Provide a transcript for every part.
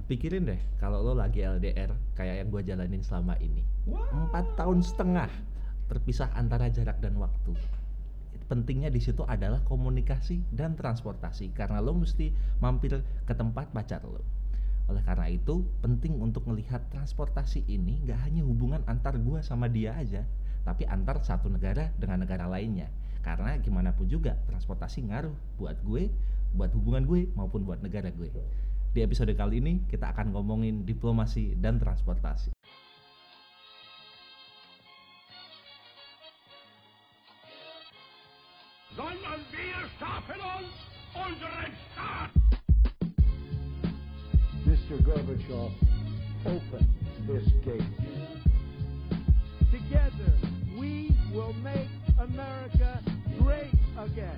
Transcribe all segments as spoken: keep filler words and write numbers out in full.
Pikirin deh kalau lo lagi L D R kayak yang gue jalanin selama ini. Empat tahun setengah terpisah antara jarak dan waktu. Pentingnya di situ adalah komunikasi dan transportasi karena lo mesti mampir ke tempat pacar lo. Oleh karena itu penting untuk melihat transportasi ini gak hanya hubungan antar gue sama dia aja, tapi antar satu negara dengan negara lainnya. Karena gimana pun juga transportasi ngaruh buat gue, buat hubungan gue maupun buat negara gue. Di episode kali ini kita akan ngomongin diplomasi dan transportasi. Sondern wir schaffen uns unseren Staat. Mister Gorbachev, open this gate. Together, we will make America great again.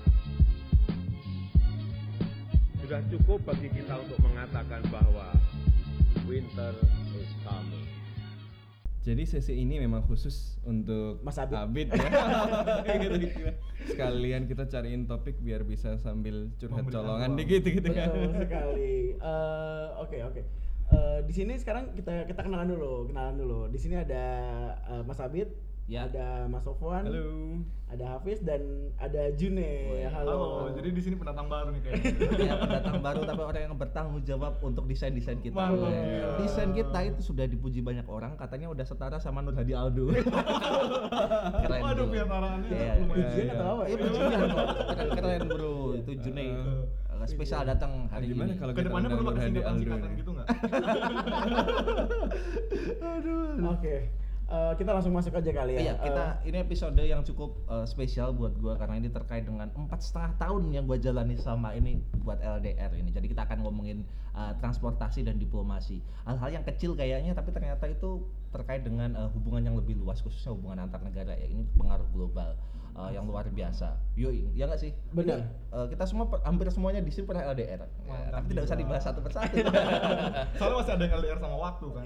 Sudah cukup bagi kita untuk mengatakan bahwa winter is coming. Jadi sesi ini memang khusus untuk Mas Abid, Abid ya. Gitu. Sekalian kita cariin topik biar bisa sambil curhat colongan dikit gitu kan. Betul sekali. Eh, Oke oke. Eh, Di sini sekarang kita kita kenalan dulu, kenalan dulu. Di sini ada eh, Mas Abid, Ya. ada Mas Sofwan, Halo. ada Hafiz dan ada June. Halo. Halo, jadi di sini pendatang baru nih kayaknya. Ya, pendatang baru tapi orang yang bertanggung jawab untuk desain-desain kita. Mantap. Ya. Desain kita itu sudah dipuji banyak orang, katanya udah setara sama Nur Hadi Aldo. Keren. Waduh, bro. piatarannya Iya. lumayan. Pujian atau apa? Iya, pujian kok. Keren, keren bro. Itu June uh, spesial datang hari Gimana ini. kalau kita Kedepannya undang perlu Nur pakai Hadi Aldo? singkatan-singkatan gitu nggak? Oke. Eh, kita langsung masuk aja kali ya. Iya, kita Eh, ini episode yang cukup uh, spesial buat gua karena ini terkait dengan empat setengah tahun yang gua jalani selama ini buat L D R ini. Jadi kita akan ngomongin uh, transportasi dan diplomasi. Hal-hal yang kecil kayaknya, tapi ternyata itu terkait dengan uh, hubungan yang lebih luas, khususnya hubungan antar negara ya. Ini pengaruh global uh, yang luar biasa. Yoi, ya nggak sih? Benar. Ini, uh, kita semua per- hampir semuanya di sini pernah L D R. Ya, tapi tidak usah dibahas satu persatu. Soalnya masih ada yang L D R sama waktu kan.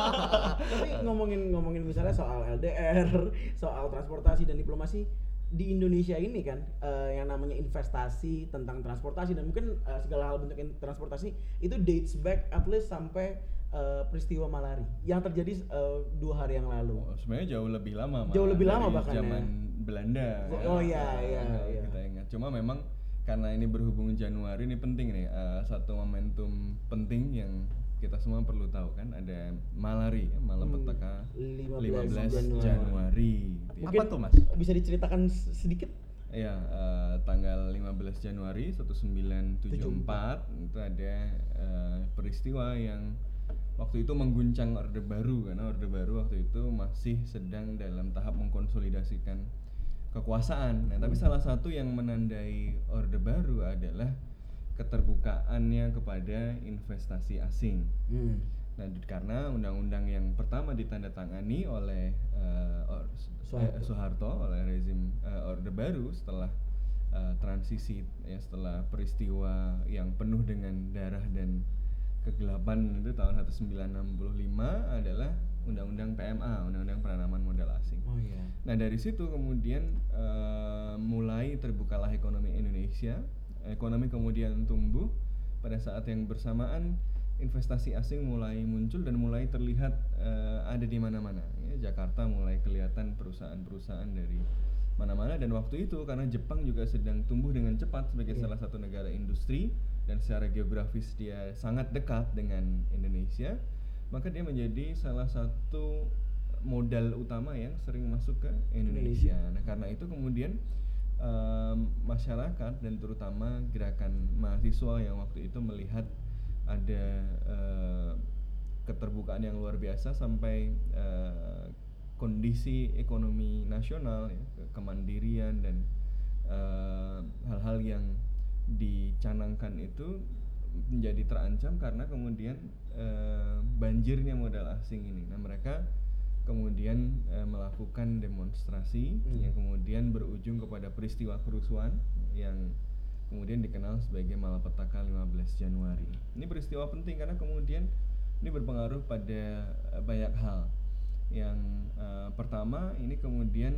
Tapi ngomongin ngomongin misalnya soal L D R, soal transportasi dan diplomasi di Indonesia ini kan eh, yang namanya investasi tentang transportasi dan mungkin eh, segala hal bentuk in- transportasi itu dates back at least sampai eh, peristiwa Malari yang terjadi eh, dua hari yang lalu. Oh, sebenarnya jauh lebih lama. Jauh malah, lebih lama dari bahkan ya. zaman Belanda. Oh, iya, iya, Kalau iya. Kita ingat. Cuma memang karena ini berhubung Januari ini penting nih, uh, satu momentum penting yang kita semua perlu tahu kan, ada Malari, ya, Malapetaka lima belas lima belas Januari. Januari. Mungkin Apa tuh, Mas? Bisa diceritakan s- sedikit? Iya, uh, tanggal lima belas Januari seribu sembilan ratus tujuh puluh empat itu ada uh, peristiwa yang waktu itu mengguncang Orde Baru karena Orde Baru waktu itu masih sedang dalam tahap mengkonsolidasikan kekuasaan. Nah, tapi salah satu yang menandai Orde Baru adalah keterbukaannya kepada investasi asing. Hmm. Nah, di- karena undang-undang yang pertama ditandatangani oleh uh, Or- Soeharto. eh, Soeharto oleh rezim uh, Orde Baru setelah uh, transisi ya setelah peristiwa yang penuh dengan darah dan kegelapan itu tahun seribu sembilan ratus enam puluh lima adalah Undang-Undang P M A, Undang-Undang Penanaman Modal Asing. Oh iya. Nah, dari situ kemudian uh, mulai terbukalah ekonomi Indonesia. Ekonomi kemudian tumbuh. Pada saat yang bersamaan investasi asing mulai muncul dan mulai terlihat uh, ada di mana-mana. Ya, Jakarta mulai kelihatan perusahaan-perusahaan dari mana-mana dan waktu itu karena Jepang juga sedang tumbuh dengan cepat sebagai Iya. salah satu negara industri dan secara geografis dia sangat dekat dengan Indonesia, maka dia menjadi salah satu modal utama yang sering masuk ke Indonesia. Nah, karena itu kemudian um, masyarakat dan terutama gerakan mahasiswa yang waktu itu melihat ada uh, keterbukaan yang luar biasa sampai uh, kondisi ekonomi nasional, ya, ke- kemandirian dan uh, hal-hal yang dicanangkan itu menjadi terancam karena kemudian uh, banjirnya modal asing ini. Nah, mereka kemudian uh, melakukan demonstrasi Hmm. yang kemudian berujung kepada peristiwa kerusuhan yang kemudian dikenal sebagai Malapetaka lima belas Januari. Ini peristiwa penting karena kemudian ini berpengaruh pada uh, banyak hal. Yang uh, pertama ini kemudian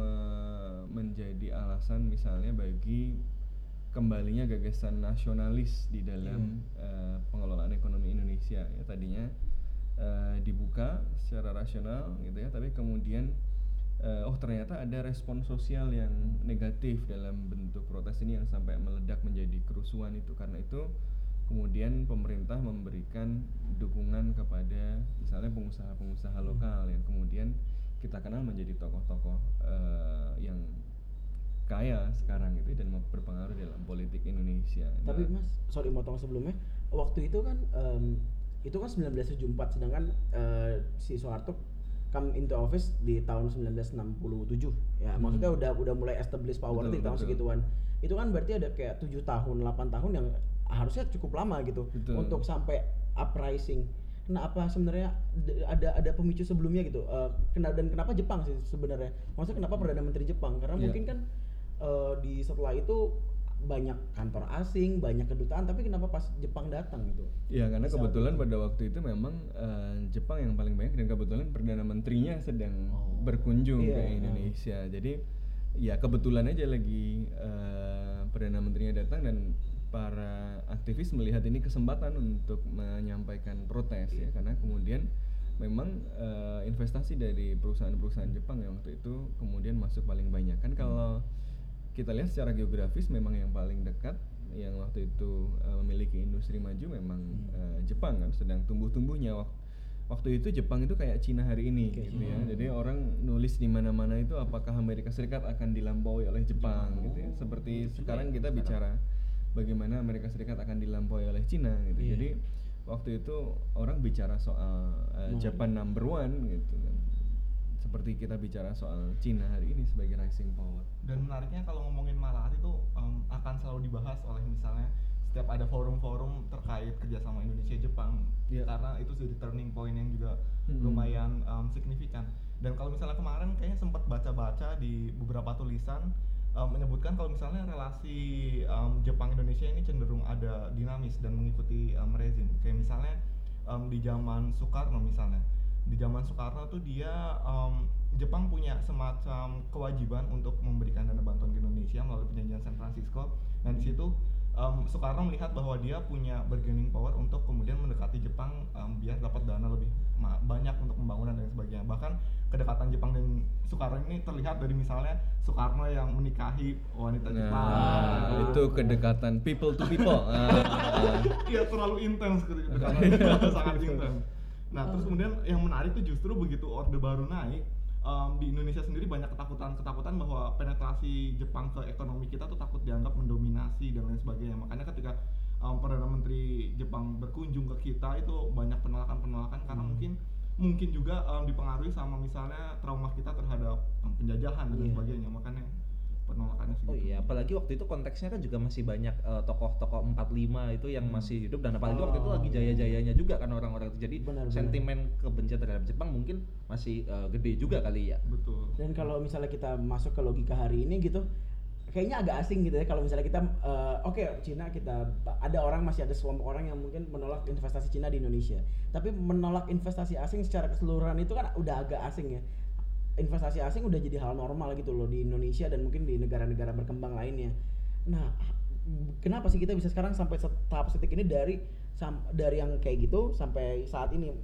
me- menjadi alasan misalnya bagi kembalinya gagasan nasionalis di dalam uh, pengelolaan ekonomi Indonesia tadinya uh, dibuka secara rasional gitu ya, tapi kemudian uh, oh ternyata ada respon sosial yang negatif dalam bentuk protes ini yang sampai meledak menjadi kerusuhan itu. Karena itu kemudian pemerintah memberikan dukungan kepada misalnya pengusaha-pengusaha lokal yang kemudian kita kenal menjadi tokoh-tokoh uh, yang kaya sekarang itu dan berpengaruh dalam politik Indonesia. Tapi Nah, Mas, sorry motong sebelumnya, waktu itu kan um, itu kan sembilan belas tujuh puluh empat, sedangkan uh, si Soeharto come into office di tahun sembilan belas enam puluh tujuh. Ya, Hmm. maksudnya udah udah mulai establish power Betul, di tahun betul. segituan. Itu kan berarti ada kayak tujuh tahun, delapan tahun yang harusnya cukup lama gitu Betul. untuk sampai uprising. Nah, apa sebenarnya d- ada ada pemicu sebelumnya gitu? Uh, kena, dan kenapa Jepang sih sebenarnya? Maksudnya kenapa Perdana Menteri Jepang? Karena Iya. mungkin kan uh, di setelah itu banyak kantor asing, banyak kedutaan, tapi kenapa pas Jepang datang gitu? ya karena Bisa kebetulan gitu. pada waktu itu memang uh, Jepang yang paling banyak dan kebetulan Perdana Menterinya sedang Oh. berkunjung Iya, ke ah. Indonesia. Jadi ya kebetulan aja lagi uh, Perdana Menterinya datang dan para aktivis melihat ini kesempatan untuk menyampaikan protes ya, karena kemudian memang uh, investasi dari perusahaan-perusahaan Jepang yang waktu itu kemudian masuk paling banyak. Kan kalau kita lihat secara geografis memang yang paling dekat yang waktu itu uh, memiliki industri maju memang uh, Jepang kan, sedang tumbuh-tumbuhnya waktu waktu itu Jepang itu kayak Cina hari ini Oke. gitu ya. Jadi orang nulis di mana-mana itu apakah Amerika Serikat akan dilampaui oleh Jepang gitu ya. Seperti sekarang kita bicara bagaimana Amerika Serikat akan dilampaui oleh Cina gitu. Iya. Jadi waktu itu orang bicara soal uh, Hmm. Japan number one gitu kan. Seperti kita bicara soal Cina hari ini sebagai rising power. Dan menariknya kalau ngomongin Malari itu um, akan selalu dibahas oleh misalnya setiap ada forum-forum terkait kerjasama Indonesia Jepang, Iya. karena itu jadi turning point yang juga Hmm. lumayan um, signifikan. Dan kalau misalnya kemarin kayaknya sempat baca-baca di beberapa tulisan um, menyebutkan kalau misalnya relasi um, Jepang Indonesia ini cenderung ada dinamis dan mengikuti um, rezim. Kayak misalnya um, di zaman Soekarno misalnya. Di zaman Soekarno tuh dia um, Jepang punya semacam kewajiban untuk memberikan dana bantuan ke Indonesia melalui perjanjian San Francisco. Dan di situ um, Soekarno melihat bahwa dia punya bargaining power untuk kemudian mendekati Jepang um, biar dapat dana lebih ma- banyak untuk pembangunan dan sebagainya. Bahkan kedekatan Jepang dan Soekarno ini terlihat dari misalnya Soekarno yang menikahi wanita Jepang. Nah, itu kedekatan people to people. Ah, ah. Iya, terlalu intens kedekatan, sangat intens. Nah, terus kemudian yang menarik tuh justru begitu Orde Baru naik, um, di Indonesia sendiri banyak ketakutan-ketakutan bahwa penetrasi Jepang ke ekonomi kita tuh takut dianggap mendominasi dan lain sebagainya. Makanya ketika um, Perdana Menteri Jepang berkunjung ke kita itu banyak penolakan-penolakan karena Hmm. mungkin mungkin juga um, dipengaruhi sama misalnya trauma kita terhadap um, penjajahan dan lain Iya. sebagainya. Makanya penolakannya segitu. Oh iya, apalagi waktu itu konteksnya kan juga masih banyak eh, tokoh-tokoh empat puluh lima itu yang Hmm. masih hidup, dan apalagi Oh, waktu itu lagi iya. jaya-jayanya juga kan orang-orang itu. Jadi Benar, benar. sentimen kebencian terhadap Jepang mungkin masih eh, gede juga kali ya. Betul. Dan kalau misalnya kita masuk ke logika hari ini gitu, kayaknya agak asing gitu ya kalau misalnya kita eh, oke Cina, kita ada orang, masih ada sekelompok orang yang mungkin menolak investasi Cina di Indonesia. Tapi menolak investasi asing secara keseluruhan itu kan udah agak asing ya. Investasi asing udah jadi hal normal gitu loh di Indonesia dan mungkin di negara-negara berkembang lainnya. Nah, kenapa sih kita bisa sekarang sampai set- tahap setik ini dari sam- dari yang kayak gitu sampai saat ini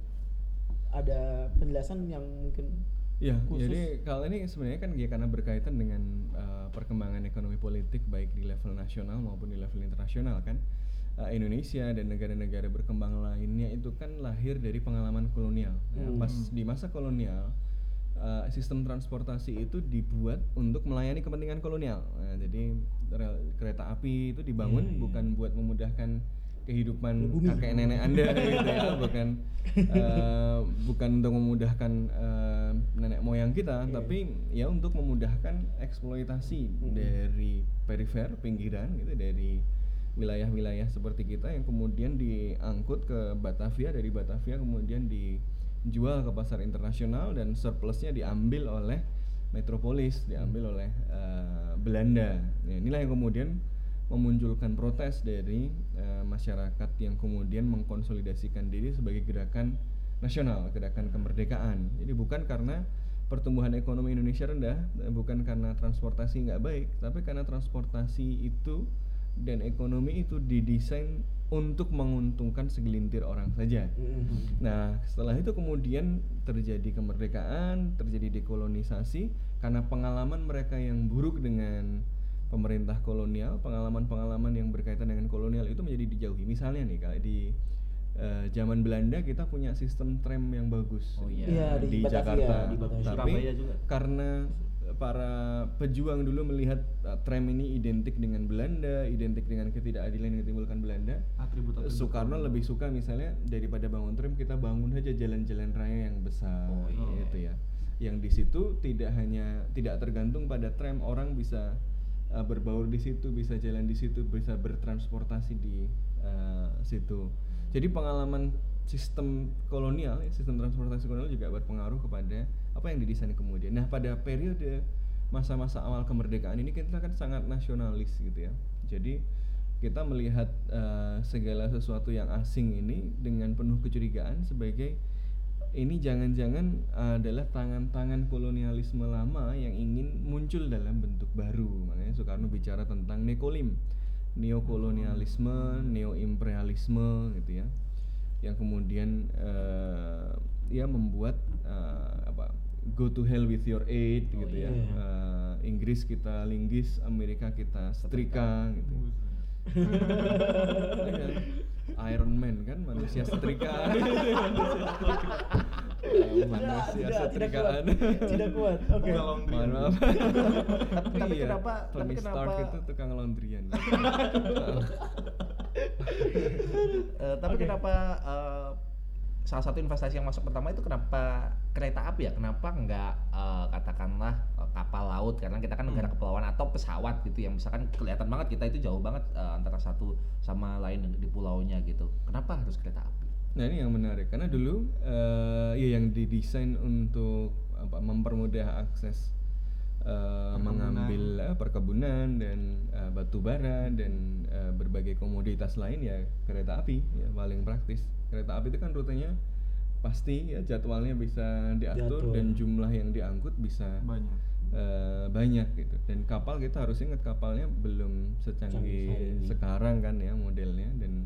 ada penjelasan yang mungkin Ya, khusus? jadi kalau ini sebenarnya kan ya karena berkaitan dengan uh, perkembangan ekonomi politik baik di level nasional maupun di level internasional kan. Uh, Indonesia dan negara-negara berkembang lainnya itu kan lahir dari pengalaman kolonial. Ya, Hmm. pas di masa kolonial uh, sistem transportasi itu dibuat untuk melayani kepentingan kolonial. Nah, jadi rel- kereta api itu dibangun Iya, iya. bukan buat memudahkan kehidupan Bumi. kakek nenek Anda gitu ya, bukan uh, bukan untuk memudahkan uh, nenek moyang kita, Iya. tapi ya untuk memudahkan eksploitasi Mm-mm. dari perifer, pinggiran gitu, dari wilayah-wilayah seperti kita yang kemudian diangkut ke Batavia, dari Batavia kemudian dijual ke pasar internasional dan surplusnya diambil oleh metropolis, diambil oleh uh, Belanda. Ya, inilah yang kemudian memunculkan protes dari uh, masyarakat yang kemudian mengkonsolidasikan diri sebagai gerakan nasional, gerakan kemerdekaan. Jadi bukan karena pertumbuhan ekonomi Indonesia rendah, eh, bukan karena transportasi nggak baik, tapi karena transportasi itu dan ekonomi itu didesain untuk menguntungkan segelintir orang saja. Mm-hmm. Nah, setelah itu kemudian terjadi kemerdekaan, terjadi dekolonisasi karena pengalaman mereka yang buruk dengan pemerintah kolonial, pengalaman-pengalaman yang berkaitan dengan kolonial itu menjadi dijauhi. Misalnya nih, kalau di uh, zaman Belanda kita punya sistem tram yang bagus. Oh iya. Iya, di di Batavia, Jakarta. di Batavia. Tapi Surabaya juga. karena para pejuang dulu melihat uh, tram ini identik dengan Belanda, identik dengan ketidakadilan yang ditimbulkan Belanda. Atribut-atribut Soekarno kolonial. lebih suka misalnya daripada bangun tram kita bangun saja jalan-jalan raya yang besar, Oh, iya. gitu ya. Yang di situ tidak hanya tidak tergantung pada tram, orang bisa uh, berbaur di situ, bisa jalan di situ, bisa bertransportasi di uh, situ. Jadi pengalaman sistem kolonial, ya, sistem transportasi kolonial juga berpengaruh kepada apa yang didesain kemudian. Nah, pada periode masa-masa awal kemerdekaan ini kita kan sangat nasionalis gitu ya. Jadi kita melihat uh, segala sesuatu yang asing ini dengan penuh kecurigaan sebagai ini jangan-jangan adalah tangan-tangan kolonialisme lama yang ingin muncul dalam bentuk baru. Makanya Soekarno bicara tentang nekolim, neokolonialisme, neoimperialisme gitu ya, yang kemudian uh, ya membuat uh, apa go to hell with your aid Oh, gitu ya. iya. Uh, Inggris kita linggis, Amerika kita setrika gitu. Ya, Iron Man kan manusia setrika. Uh, manusia Tidak, tidak setrikaan. kuat. Tidak kuat. Oke. Bukan laundry. Mohon maaf. Tapi Iya, kenapa- Tony tapi Stark kenapa- itu tukang laundryan. Eh, tapi Oke. kenapa eh, salah satu investasi yang masuk pertama itu kenapa kereta api ya? Kenapa nggak eh, katakanlah eh, kapal laut? Karena kita kan negara kepulauan, atau pesawat gitu yang misalkan kelihatan banget kita itu jauh banget eh, antara satu sama lain di pulaunya gitu. Kenapa harus kereta api? Nah, ini yang menarik karena dulu uh, ya yang didesain untuk apa mempermudah akses uh, Perkebunan. mengambil uh, perkebunan dan uh, batu bara dan uh, berbagai komoditas lain ya kereta api ya paling praktis. Kereta api itu kan rutenya pasti ya, jadwalnya bisa diatur Diatur. dan jumlah yang diangkut bisa Banyak. uh, banyak gitu. Dan kapal kita harus ingat kapalnya belum Canggih hari secanggih ini. sekarang kan ya modelnya, dan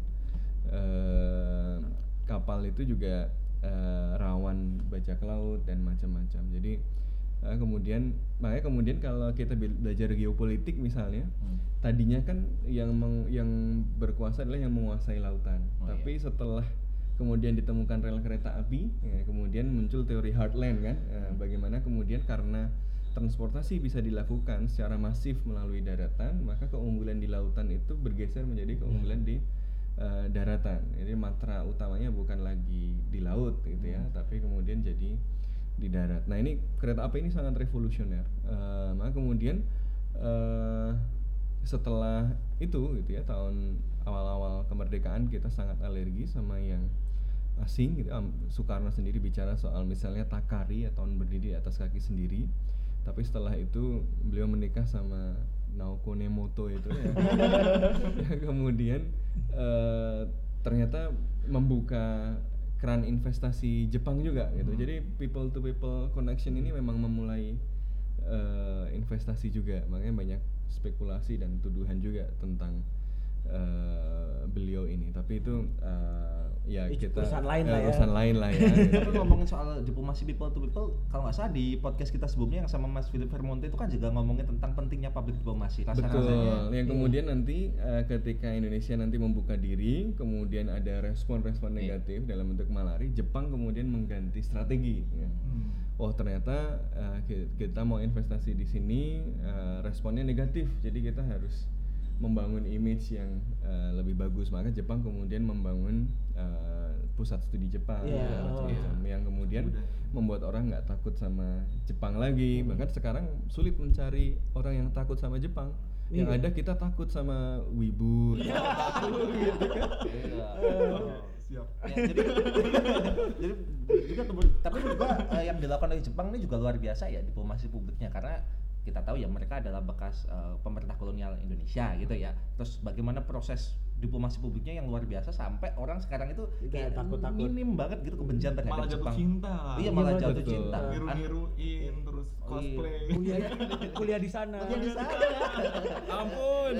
uh, kapal itu juga uh, rawan bajak laut dan macam-macam. Jadi uh, kemudian makanya kemudian kalau kita be- belajar geopolitik misalnya, Hmm. tadinya kan yang meng- yang berkuasa adalah yang menguasai lautan. Oh, Tapi setelah kemudian ditemukan rel kereta api, ya, kemudian muncul teori heartland kan, eh, bagaimana kemudian karena transportasi bisa dilakukan secara masif melalui daratan, maka keunggulan di lautan itu bergeser menjadi keunggulan di eh, daratan. Jadi matra utamanya bukan lagi di laut gitu ya, tapi kemudian jadi di darat. Nah, ini kereta api ini sangat revolusioner. Eh, maka kemudian eh, setelah itu gitu ya, tahun awal-awal kemerdekaan kita sangat alergi sama yang asing gitu. Am- Soekarno sendiri bicara soal misalnya Takari, ya, tahun berdiri di atas kaki sendiri. Tapi setelah itu beliau menikah sama Naoko Nemoto itu ya, yang kemudian eh, ternyata membuka keran investasi Jepang juga gitu. Jadi people to people connection ini memang memulai eh, investasi juga. Makanya banyak spekulasi dan tuduhan juga tentang eh, beliau ini. Tapi itu eh, ya Itu kita urusan lain eh, lah ya. urusan lain lah ya. gitu. Tapi ngomongin soal diplomasi people to people, kalau nggak salah di podcast kita sebelumnya yang sama Mas Philip Vermonte itu kan juga ngomongin tentang pentingnya public diplomasi. Betul. Rasa-rasanya Yang kemudian nanti uh, ketika Indonesia nanti membuka diri, kemudian ada respon-respon Iya. negatif dalam bentuk malari, Jepang kemudian mengganti strategi. ya. Hmm. Oh, ternyata uh, ki- kita mau investasi di sini, uh, responnya negatif. Jadi kita harus membangun image yang uh, lebih bagus. Maka Jepang kemudian membangun uh, pusat studi Jepang, Iya, dan oh. macam-macam. yang kemudian Udah. membuat orang nggak takut sama Jepang lagi. Bahkan sekarang sulit mencari orang yang takut sama Jepang. Yang Iya. ada kita takut sama wibu. gitu kan. Iya. Oh, siap. Ya, jadi jadi juga tuh- tapi juga eh, yang dilakukan oleh Jepang ini juga luar biasa ya diplomasi publiknya, karena kita tahu ya mereka adalah bekas eh, pemerintah kolonial Indonesia gitu ya. Terus bagaimana proses diplomasi publiknya yang luar biasa sampai orang sekarang itu Kayak kayak takut-takut. minim banget gitu kebencian terhadap Malah jatuh Jepang. cinta. Iya malah Iya, jatuh betul. cinta. An- Niru-niruin terus Oh, iya. cosplay. kuliah kuliah di sana. Kuliah di sana. Ampun.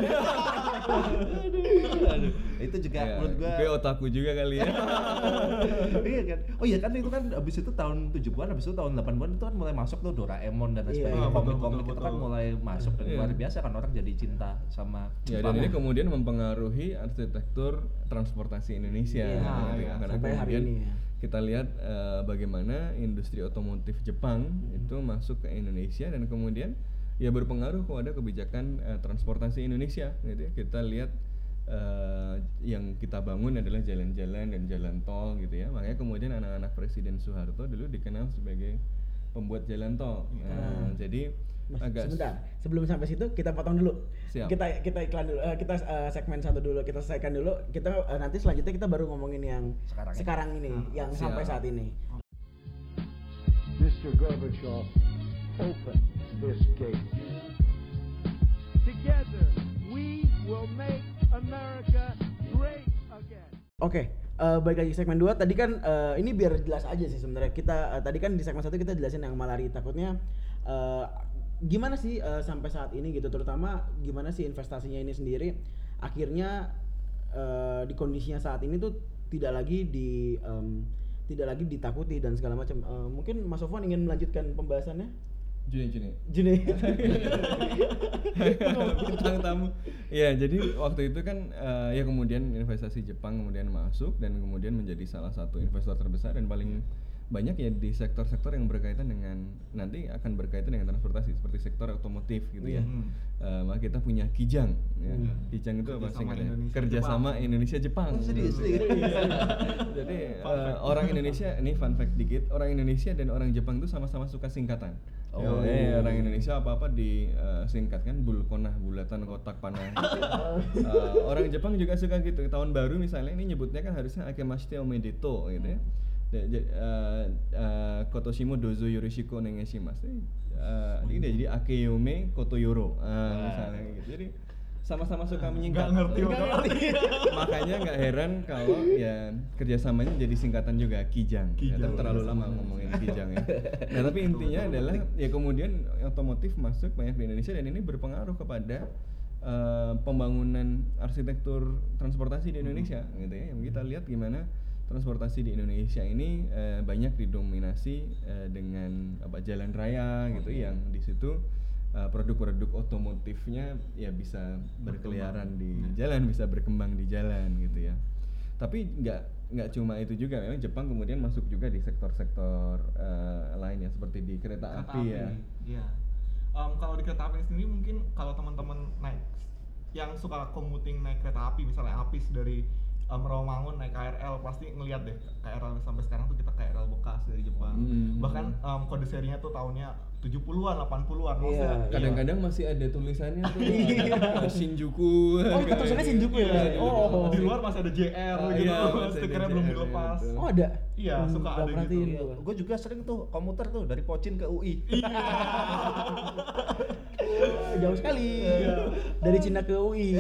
Aduh, itu juga Ya, menurut gua gue otaku juga kali ya. iya kan. Oh iya kan itu kan abis itu tahun tujuh puluhan, abis itu tahun delapan puluhan itu kan mulai masuk tuh Doraemon dan lain Iya, sebagainya. iya, betul, Komik-komik betul, itu kan betul. mulai masuk dan Iya. luar biasa kan orang jadi cinta sama Ya, dan ini kemudian mempengaruhi arsitektur transportasi Indonesia. Iya, gitu. iya. Karena Sampai hari kemudian ini ya. kita lihat eh, bagaimana industri otomotif Jepang itu masuk ke Indonesia dan kemudian ya berpengaruh kepada kebijakan eh, transportasi Indonesia. Gitu ya. Kita lihat eh, yang kita bangun adalah jalan-jalan dan jalan tol gitu ya. Makanya kemudian anak-anak Presiden Soeharto dulu dikenal sebagai pembuat jalan tol. Nah, jadi Mas, agak sebentar, sebelum sampai situ kita potong dulu. Siap. Kita kita iklan dulu. Eh, kita eh, segmen satu dulu. Kita selesaikan dulu. Kita eh, nanti selanjutnya kita baru ngomongin yang Sekarang ya? sekarang ini, yang Siap. sampai saat ini. Mister Gorbachev, open this gate. Together, we will make America great again. Oke, eh, balik lagi ke segmen dua. Tadi kan eh, ini biar jelas aja sih sebenarnya. Kita eh, tadi kan di segmen satu kita jelasin yang malari. Takutnya eh, gimana sih eh, sampai saat ini gitu, terutama gimana sih investasinya ini sendiri akhirnya eh, di kondisinya saat ini tuh tidak lagi di em, tidak lagi ditakuti dan segala macam. Eh, mungkin Mas Sofwan ingin melanjutkan pembahasannya? Juni Juni. Juni. Bintang tamu. Ya, jadi waktu itu kan eh, ya kemudian investasi Jepang kemudian masuk dan kemudian menjadi salah satu investor terbesar dan paling banyak ya di sektor-sektor yang berkaitan dengan nanti akan berkaitan dengan transportasi seperti sektor otomotif gitu ya. Hmm. Eh, maka kita punya Kijang. Ya. Hmm. Kijang itu apa Kerjasama singkatnya? Indonesia Kerjasama Jepang. Indonesia Jepang. Oh, serius, serius. Jadi Fun eh, fact. orang Indonesia ini fun fact dikit, orang Indonesia dan orang Jepang itu sama-sama suka singkatan. Oh. Eh, orang Indonesia apa-apa disingkat kan bulkonah, bulatan, kotak, panah. Eh, orang Jepang juga suka gitu. Tahun baru misalnya ini nyebutnya kan harusnya Akemashite Omedetou gitu ya. De- de- eh, eh, Kotoshimo dozo yorishiko onegaishimasu. Eh, ini dia jadi Akeyome Kotoyoro. Ah, misalnya gitu. Jadi sama-sama suka menyingkat. Nggak ngerti, Nggak nggak ngerti. Makanya nggak heran kalau ya kerjasamanya jadi singkatan juga Kijang. Ya, Kijang. tapi terlalu lama ngomongin Kijang ya. Nah tapi intinya adalah ya kemudian otomotif masuk banyak di Indonesia dan ini berpengaruh kepada eh, pembangunan arsitektur transportasi di Indonesia gitu ya. Yang kita lihat gimana transportasi di Indonesia ini eh, banyak didominasi eh, dengan apa jalan raya gitu yang di situ uh, produk-produk otomotifnya ya bisa berkeliaran di jalan, bisa berkembang di jalan gitu ya. Tapi nggak nggak cuma itu juga, memang Jepang kemudian masuk juga di sektor-sektor uh, lain ya seperti di kereta, api, ya. Iya. Em, kalau di kereta api sendiri mungkin kalau teman-teman naik yang suka commuting naik kereta api misalnya Apis dari em, Rawamangun naik K R L pasti ngelihat deh K R L sampai sekarang tuh kita K R L bekas dari Jepang. Hmm. Bahkan em, kode serinya tuh tahunnya tujuh puluhan, delapan puluhan. Iya. Maksudnya Kadang-kadang masih ada tulisannya tuh uh, Shinjuku. Oh, itu tulisannya Shinjuku ya? Iya, Oh. di luar masih ada J R Oh, gitu, iya, masih ada stikernya J R belum ya, dilepas. betul. Oh ada? Iya, Hmm, suka nggak ada perhatiin gitu. gua. Gue juga sering tuh komuter tuh dari Pocin ke U I. Wah, jauh sekali. Dari Cina ke U I.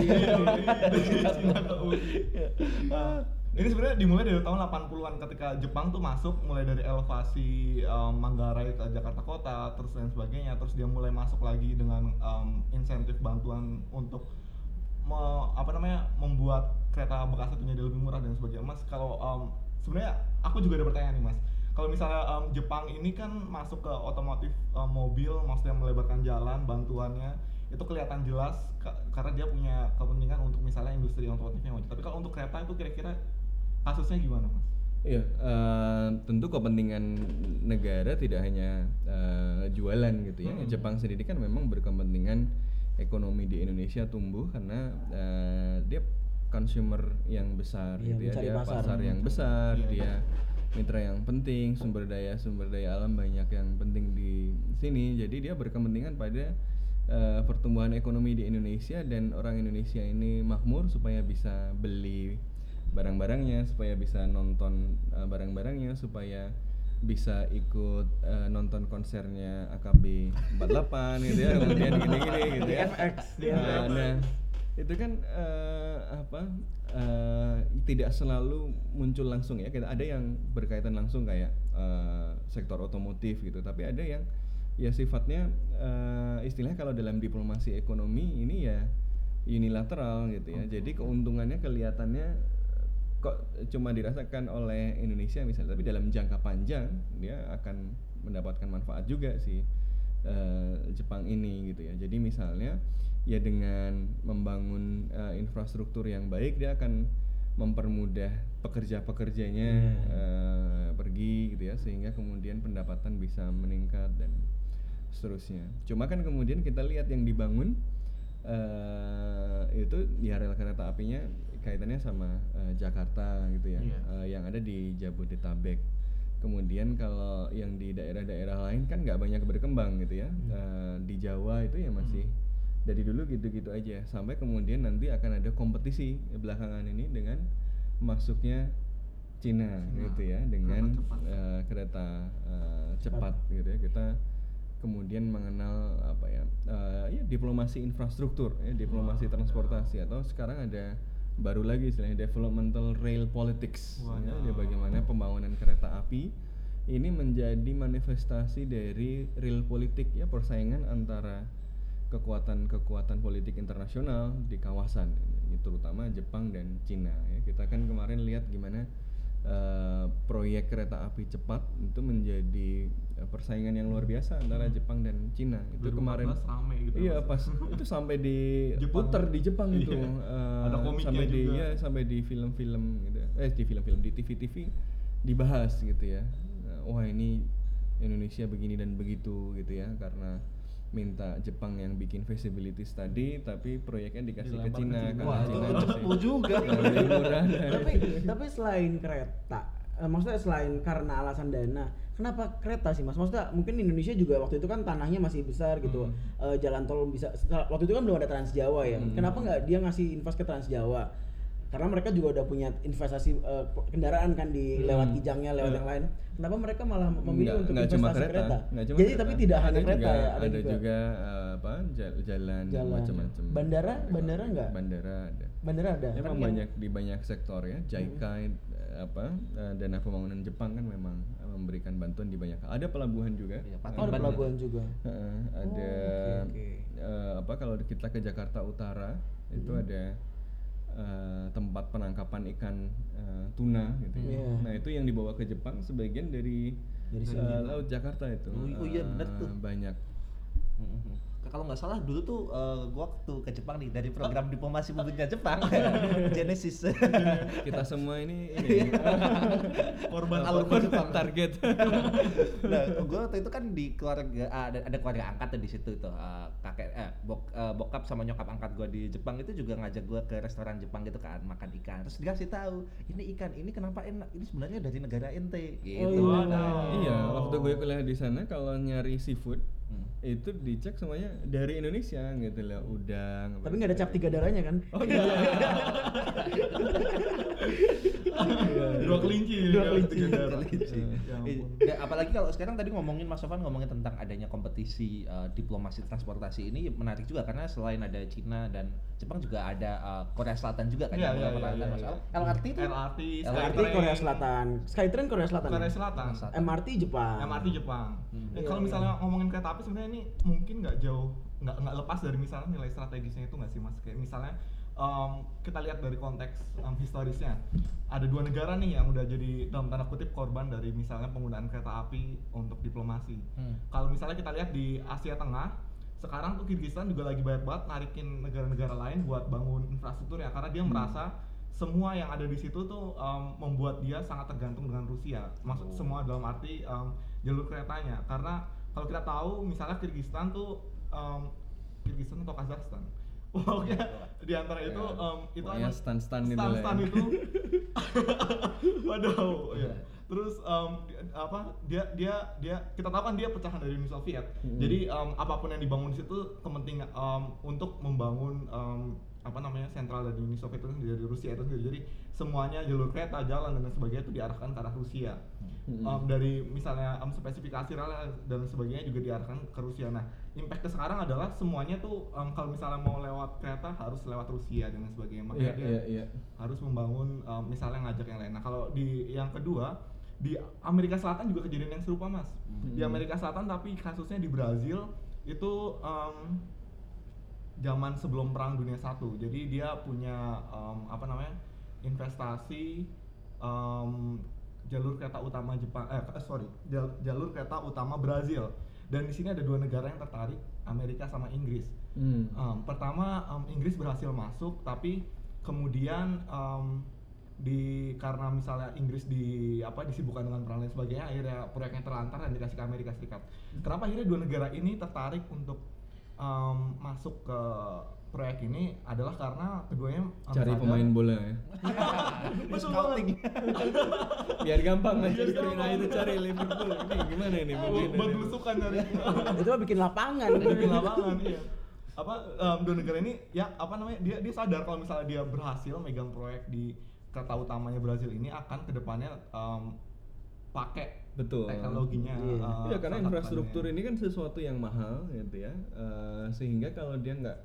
Nah, ini sebenarnya dimulai dari tahun delapan puluhan ketika Jepang tuh masuk mulai dari elevasi um, Manggarai ke Jakarta Kota terus dan sebagainya, terus dia mulai masuk lagi dengan um, insentif bantuan untuk me- apa namanya membuat kereta bekas itu jadi lebih murah dan sebagainya. Mas, kalau um, sebenarnya aku juga ada pertanyaan nih Mas. Kalau misalnya um, Jepang ini kan masuk ke otomotif um, mobil, maksudnya melebarkan jalan, bantuannya itu kelihatan jelas ka- karena dia punya kepentingan untuk misalnya industri otomotifnya maju. Tapi kalau untuk kereta itu kira-kira kasusnya gimana Mas? Iya, eh, tentu kepentingan negara tidak hanya eh, jualan gitu ya. Hmm. Jepang sendiri kan memang berkepentingan ekonomi di Indonesia tumbuh karena eh, dia consumer yang besar Iya, gitu ya, mencari dia pasar. pasar yang besar, Iya, dia mitra yang penting, sumber daya sumber daya alam banyak yang penting di sini. Jadi dia berkepentingan pada eh, pertumbuhan ekonomi di Indonesia dan orang Indonesia ini makmur supaya bisa beli barang-barangnya, supaya bisa nonton uh, barang-barangnya, supaya bisa ikut uh, nonton konsernya A K B empat delapan gitu ya, kemudian gini-gini gitu ya. F X, di Uh, nah, itu kan uh, apa uh, tidak selalu muncul langsung ya. Ada yang berkaitan langsung kayak uh, sektor otomotif gitu, tapi ada yang ya sifatnya uh, istilahnya kalau dalam diplomasi ekonomi ini ya unilateral gitu ya. Jadi keuntungannya kelihatannya kok cuma dirasakan oleh Indonesia misalnya, tapi dalam jangka panjang dia akan mendapatkan manfaat juga sih uh, Jepang ini gitu ya. Jadi misalnya ya dengan membangun uh, infrastruktur yang baik dia akan mempermudah pekerja-pekerjanya uh, pergi gitu ya, sehingga kemudian pendapatan bisa meningkat dan seterusnya. Cuma kan kemudian kita lihat yang dibangun uh, itu ya rel kereta apinya kaitannya sama uh, Jakarta gitu ya, yeah. uh, yang ada di Jabodetabek. Kemudian kalau yang di daerah-daerah lain kan nggak banyak berkembang gitu ya. Hmm. Uh, di Jawa itu ya masih hmm. dari dulu gitu-gitu aja, sampai kemudian nanti akan ada kompetisi belakangan ini dengan masuknya Cina, Cina. gitu ya, dengan kereta cepat, uh, kereta, uh, cepat gitu ya. Kita kemudian mengenal apa ya, uh, ya diplomasi infrastruktur, ya, diplomasi wow, transportasi, atau sekarang ada baru lagi istilahnya developmental rail politics, wow, ya, ya, bagaimana pembangunan kereta api ini menjadi manifestasi dari real politik ya, persaingan antara kekuatan-kekuatan politik internasional di kawasan, terutama Jepang dan Cina ya. Kita kan kemarin lihat gimana uh, proyek kereta api cepat itu menjadi uh, persaingan yang luar biasa antara Jepang dan Cina. Itu kemarin rame gitu. Iya, pas itu sampai di puter di Jepang itu. Iya. Uh, Ada komiknya sampai di juga. ya, sampai di film-film gitu. Eh di film-film di T V-T V dibahas gitu ya. Uh, wah, ini Indonesia begini dan begitu gitu ya, karena minta Jepang yang bikin feasibility study, tapi proyeknya dikasih ke Cina, karena Wah, Cina itu cepu juga. tapi tapi selain kereta, uh, maksudnya selain karena alasan dana, kenapa kereta sih Mas? Maksudnya mungkin Indonesia juga waktu itu kan tanahnya masih besar gitu, hmm. uh, jalan tol bisa, waktu itu kan belum ada Trans Jawa ya, hmm. kenapa nggak dia ngasih invest ke Trans Jawa? Karena mereka juga udah punya investasi uh, kendaraan kan di hmm. lewat Kijangnya, lewat yeah. yang lain. Kenapa mereka malah memilih nggak, untuk nggak investasi cuma kereta, kereta? Nggak cuma Jadi kereta. tapi tidak ada hanya juga, kereta ya, ada, ada juga, juga uh, apa jalan, jalan dan macam-macam. Bandara, bandara nggak? Bandara ada. Bandara ada. Memang kan banyak yang... di banyak sektor ya. JICA hmm. apa uh, dana pembangunan Jepang kan memang uh, memberikan bantuan di banyak. Ada pelabuhan juga. Ya, oh, ada pelabuhan juga. Uh, ada oh, okay, okay. Uh, apa kalau kita ke Jakarta Utara hmm. itu ada Uh, tempat penangkapan ikan uh, tuna gitu. Yeah. Nah, itu yang dibawa ke Jepang sebagian dari, dari uh, laut Jakarta itu. Oh, oh iya benar tuh. Banyak. Mm-hmm. Kalau nggak salah dulu tuh uh, gua waktu ke Jepang nih dari program diplomasi publiknya Jepang Genesis. Kita semua ini ini korban alur Jepang target. Nah, gua waktu itu kan di keluarga ada ada keluarga angkat di situ tuh uh, kakek eh bok, uh, bokap sama nyokap angkat gua di Jepang itu juga ngajak gua ke restoran Jepang gitu kan, makan ikan. Terus dikasih tahu, ini ikan ini kenapa enak? Ini sebenarnya dari negara ente gitu. Oh, iya. Iya, waktu gue kuliah di sana kalau nyari seafood hmm. itu dicek semuanya dari Indonesia gitu loh, udang. Tapi nggak ada cap tiga darahnya kan? Oh iya. Dua kelinci. Dua kelinci. Dua kelinci. Ya, apalagi kalau sekarang tadi ngomongin Mas Sofan ngomongin tentang adanya kompetisi uh, diplomasi transportasi ini menarik juga, karena selain ada Cina dan Jepang juga ada uh, Korea Selatan juga kan yang melakukan masalah. L R T itu L R T, L R T Korea Selatan, Skytrain Korea Selatan. Korea Selatan. M R T Jepang. M R T Jepang. Hmm. Ya, kalau misalnya ngomongin kereta api sebenarnya ini mungkin nggak jauh, nggak nggak lepas dari misalnya nilai strategisnya itu nggak sih Mas? Kayak misalnya um, kita lihat dari konteks um, historisnya, ada dua negara nih yang udah jadi dalam tanda kutip korban dari misalnya penggunaan kereta api untuk diplomasi. Hmm. Kalau misalnya kita lihat di Asia Tengah, sekarang tuh Kyrgyzstan juga lagi banyak banget narikin negara-negara lain buat bangun infrastruktur ya, karena dia hmm. merasa semua yang ada di situ tuh um, membuat dia sangat tergantung dengan Rusia. Maksud oh. semua dalam arti um, jalur keretanya, karena kalau kita tahu misalnya Kyrgyzstan tuh um, Kyrgyzstan atau Kazakhstan, oke, di antara itu um, itu ada stan-stan itu, stan-stan itu, waduh, ya. Terus um, di, apa dia dia dia kita tahu kan dia pecahan dari Uni Soviet, hmm. jadi um, apapun yang dibangun di situ kepentingan um, untuk membangun um, apa namanya sentral dari Uni Soviet itu dari Rusia itu sendiri. Jadi semuanya jalur kereta, jalan dan sebagainya itu diarahkan ke arah Rusia. Hmm. Um, dari misalnya um, spesifikasi rel dan sebagainya juga diarahkan ke Rusia. Nah, impact sekarang adalah semuanya tuh um, kalau misalnya mau lewat kereta harus lewat Rusia dan sebagainya. Makanya Iya, dia iya, iya. harus membangun um, misalnya ngajak yang lain. Nah, kalau di yang kedua di Amerika Selatan juga kejadian yang serupa, Mas. Hmm. Di Amerika Selatan tapi kasusnya di Brazil itu um, zaman sebelum Perang Dunia Satu. Jadi dia punya um, apa namanya investasi um, jalur kereta utama Jepang, eh sorry jal- jalur kereta utama Brazil. Dan di sini ada dua negara yang tertarik, Amerika sama Inggris. Hmm. Um, pertama um, Inggris berhasil masuk, tapi kemudian um, di karena misalnya Inggris di apa disibukkan dengan perang dan sebagainya, akhirnya proyeknya terlantar dan dikasih ke Amerika Serikat. Kenapa akhirnya dua negara ini tertarik untuk um, masuk ke proyek ini adalah karena keduanya um, Cari sadar- pemain bola ya. Betul banget. Biar gampang Manchester United cari Liverpool. Ini gimana ini Buat begini? buat belusukan dari Itu mah bikin lapangan. bikin lapangan, iya. Apa um, dua negara ini ya apa namanya dia dia sadar kalau misalnya dia berhasil megang proyek di kereta utamanya Brazil ini akan kedepannya um, pakai Betul. teknologinya. Iya. uh, Iya, karena saat infrastruktur depannya. ini kan sesuatu yang mahal gitu ya. Eh, sehingga kalau dia nggak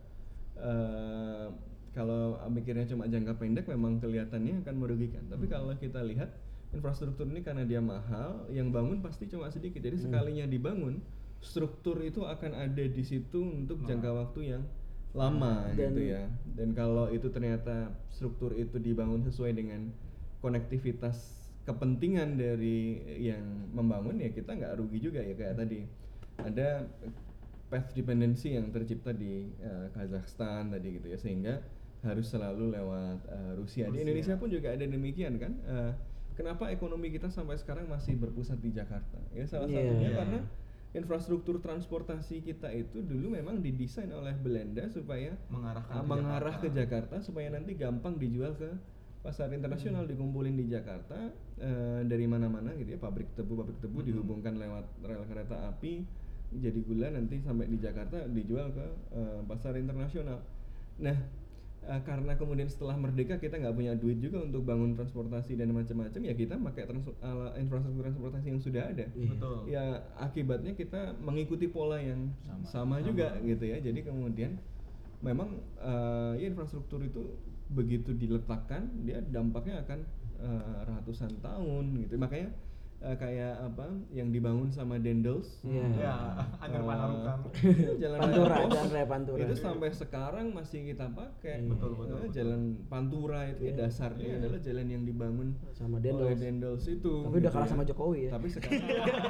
eh, kalau mikirnya cuma jangka pendek memang kelihatannya akan merugikan. Tapi Hmm. kalau kita lihat infrastruktur ini karena dia mahal, yang bangun pasti cuma sedikit. Jadi Hmm. sekalinya dibangun, struktur itu akan ada di situ untuk Nah. jangka waktu yang lama Dan- gitu ya. Dan kalau itu ternyata struktur itu dibangun sesuai dengan konektivitas kepentingan dari yang membangun, ya kita nggak rugi juga ya. Kayak tadi ada path dependency yang tercipta di uh, Kazakhstan tadi gitu ya, sehingga harus selalu lewat uh, Rusia. Di Rusia. Indonesia pun juga ada demikian kan. Uh, kenapa ekonomi kita sampai sekarang masih berpusat di Jakarta? Ya salah Iya. satunya Iya. karena infrastruktur transportasi kita itu dulu memang didesain oleh Belanda supaya mengarahkan uh, ke mengarah Jakarta. ke Jakarta supaya nanti gampang dijual ke pasar internasional, dikumpulin di Jakarta eh, dari mana-mana gitu ya, pabrik tebu pabrik tebu Hmm. dihubungkan lewat rel kereta api jadi gula, nanti sampai di Jakarta dijual ke eh, pasar internasional. Nah eh, karena kemudian setelah merdeka kita nggak punya duit juga untuk bangun transportasi dan macam-macam, ya kita pakai trans- ala infrastruktur transportasi yang sudah ada. Iya. Betul. Ya akibatnya kita mengikuti pola yang sama, juga gitu ya. Jadi kemudian memang uh, ya infrastruktur itu begitu diletakkan dia dampaknya akan uh, ratusan tahun gitu. Makanya uh, kayak apa yang dibangun sama Dendels, Iya. Ya, Anyar Panarukan. Jalan Pantura, Raya Pos, Jalan Raya Pantura. itu sampai sekarang masih kita pakai. Betul, betul, Uh, betul. Jalan Pantura itu ya dasarnya Iya. adalah jalan yang dibangun Sama oleh Dendels. Dendels itu. Tapi udah gitu kalah ya. sama Jokowi ya. Tapi sekarang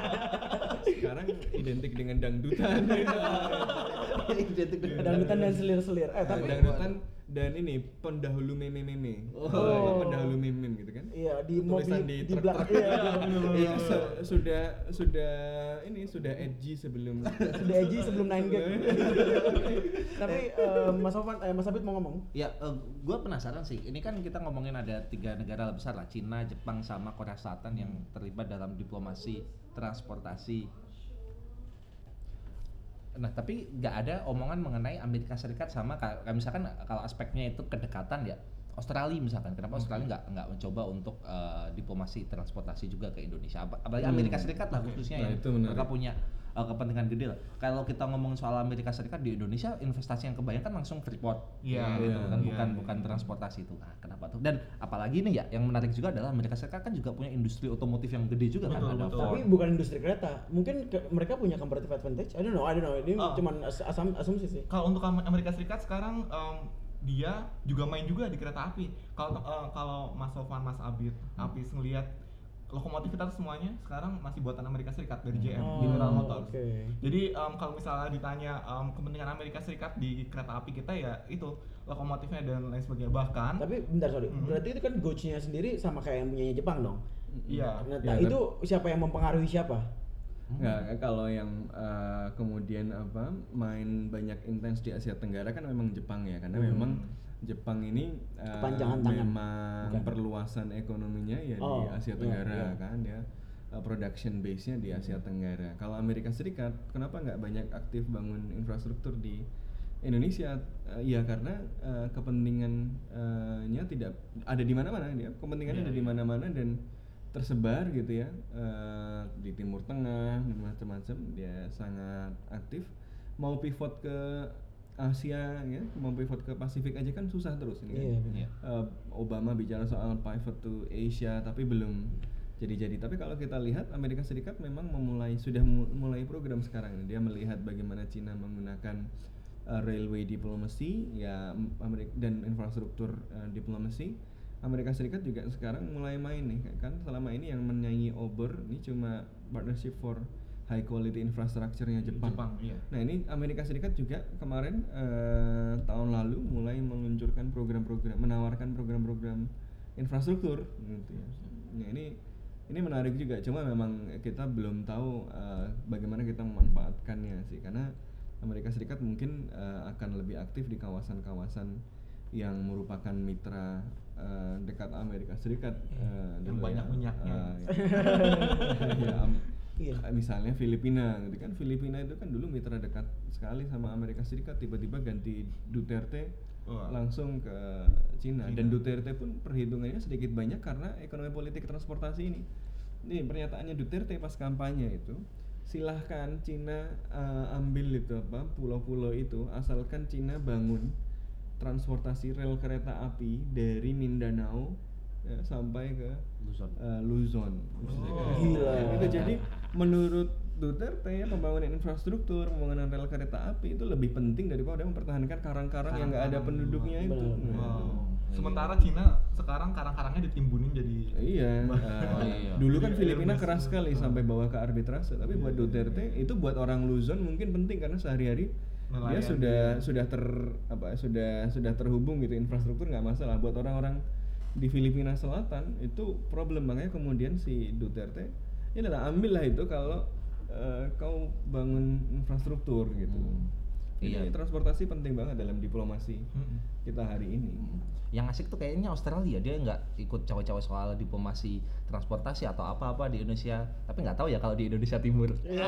sekarang identik dengan dangdutan. Dangdutan dan selir-selir. Eh tapi dangdutan dan ini pendahulu meme-meme. Oh. Apa pendahulu meme gitu kan? iya di Tulisan mobil di di truk- belakang truk. iya, iya. Iya, se- sudah sudah ini sudah edgy sebelum Sudah edgy sebelum nine gag. Tapi eh, Mas Sofan, eh, Mas Abid mau ngomong? Ya, gue penasaran sih. Ini kan kita ngomongin ada tiga negara besar lah, Cina, Jepang, sama Korea Selatan yang terlibat dalam diplomasi transportasi. Nah, tapi nggak ada omongan mengenai Amerika Serikat sama kayak kayak misalkan kalau aspeknya itu kedekatan ya. Australia misalkan, kenapa Australia nggak nggak mencoba untuk uh, diplomasi transportasi juga ke Indonesia? Ap- Apalagi Hmm. Amerika Serikat lah khususnya Nah, yang itu menarik. mereka punya uh, kepentingan gede lah. Kalau kita ngomong soal Amerika Serikat di Indonesia, investasi yang kebanyakan langsung Freeport, Iya, gitu iya, kan, iya, bukan iya. bukan transportasi itu. Nah, kenapa tuh? Dan apalagi nih ya, yang menarik juga adalah Amerika Serikat kan juga punya industri otomotif yang gede juga kan, Betul, ada betul. Ford. Tapi bukan industri kereta. Mungkin ke- mereka punya comparative advantage. I don't know, I don't know. Ini Oh. cuman as- asam asumsi sih. Kalau untuk Am- Amerika Serikat sekarang um, dia juga main juga di kereta api. Kalau uh, kalau Mas Sofan, Mas Abid, Apis ngelihat lokomotif kita tuh semuanya sekarang masih buatan Amerika Serikat dari J M, Oh, General Motors. oke. Jadi um, kalau misalnya ditanya um, kepentingan Amerika Serikat di kereta api kita ya itu lokomotifnya dan lain sebagainya. Bahkan Tapi bentar sorry, Mhm. berarti itu kan gauge-nya sendiri sama kayak yang punyanya Jepang dong. iya. Nah, Ya, itu siapa yang mempengaruhi siapa? Nggak, kalau yang uh, kemudian apa main banyak intens di Asia Tenggara kan memang Jepang ya, karena Hmm. memang Jepang ini uh, Kepanjangan tangan. memang Bukan. perluasan ekonominya ya Oh, di Asia iya, Tenggara iya. kan ya, uh, production base-nya di Asia Tenggara. Kalau Amerika Serikat kenapa nggak banyak aktif bangun infrastruktur di Indonesia uh, ya karena uh, kepentingannya tidak ada di mana-mana dia kepentingannya Iya, ada di iya. mana-mana dan tersebar gitu ya uh, di Timur Tengah dan macam-macam. Dia sangat aktif, mau pivot ke Asia ya, mau pivot ke Pasifik aja kan susah terus ini kan. Iya, benar. Iya. Uh, Obama bicara soal pivot to Asia tapi belum jadi-jadi. Tapi kalau kita lihat Amerika Serikat memang memulai sudah mu- mulai program sekarang ini. Dia melihat bagaimana Cina menggunakan uh, railway diplomacy ya Amerika dan infrastruktur uh, diplomasi. Amerika Serikat juga sekarang mulai main nih kan, selama ini yang menyanyi obor ini cuma partnership for high quality infrastructure-nya Jepang. Jepang, iya. Nah ini Amerika Serikat juga kemarin uh, tahun lalu mulai meluncurkan program-program, menawarkan program-program infrastruktur gitu ya. Nah ini ini menarik juga, cuma memang kita belum tahu uh, bagaimana kita memanfaatkannya sih, karena Amerika Serikat mungkin uh, akan lebih aktif di kawasan-kawasan yang merupakan mitra uh, dekat Amerika Serikat uh, Yang dulu banyak ya. minyaknya. Uh, ya, ya, am- Iya. uh, misalnya Filipina gitu kan. Filipina itu kan dulu mitra dekat sekali sama Amerika Serikat, tiba-tiba ganti Duterte Wah. langsung ke Cina. Cina. Dan Duterte pun perhitungannya sedikit banyak karena ekonomi politik transportasi ini. Ini pernyataannya Duterte pas kampanye itu, silahkan Cina uh, ambil itu apa pulau-pulau itu asalkan Cina bangun transportasi rel kereta api dari Mindanao ya, sampai ke Luzon. uh, Luzon. Oh. Gila. Ya, itu jadi menurut Duterte ya pembangunan infrastruktur, pembangunan rel kereta api itu lebih penting daripada mempertahankan karang-karang yang nggak ada Karang-karang penduduknya itu. Benar. Nah, Wow. Iya. Sementara Cina sekarang karang-karangnya ditimbunin jadi Iya. Bah- uh, Oh, iya. Dulu kan Jadi Filipina airbus keras itu. sekali Oh. sampai bawa ke arbitrase, tapi buat Duterte itu buat orang Luzon mungkin penting karena sehari-hari dia Nelayan sudah dia. sudah ter apa sudah sudah terhubung gitu, infrastruktur nggak masalah. Buat orang-orang di Filipina Selatan itu problem, makanya kemudian si Duterte ya adalah ambillah itu kalau uh, kau bangun infrastruktur gitu. Hmm. Jadi Iya. transportasi penting banget dalam diplomasi Mm-mm. kita hari ini. Yang asik tuh kayaknya Australia, dia nggak ikut cawe-cawe soal diplomasi transportasi atau apa-apa di Indonesia, tapi nggak tahu ya kalau di Indonesia Timur. Iya.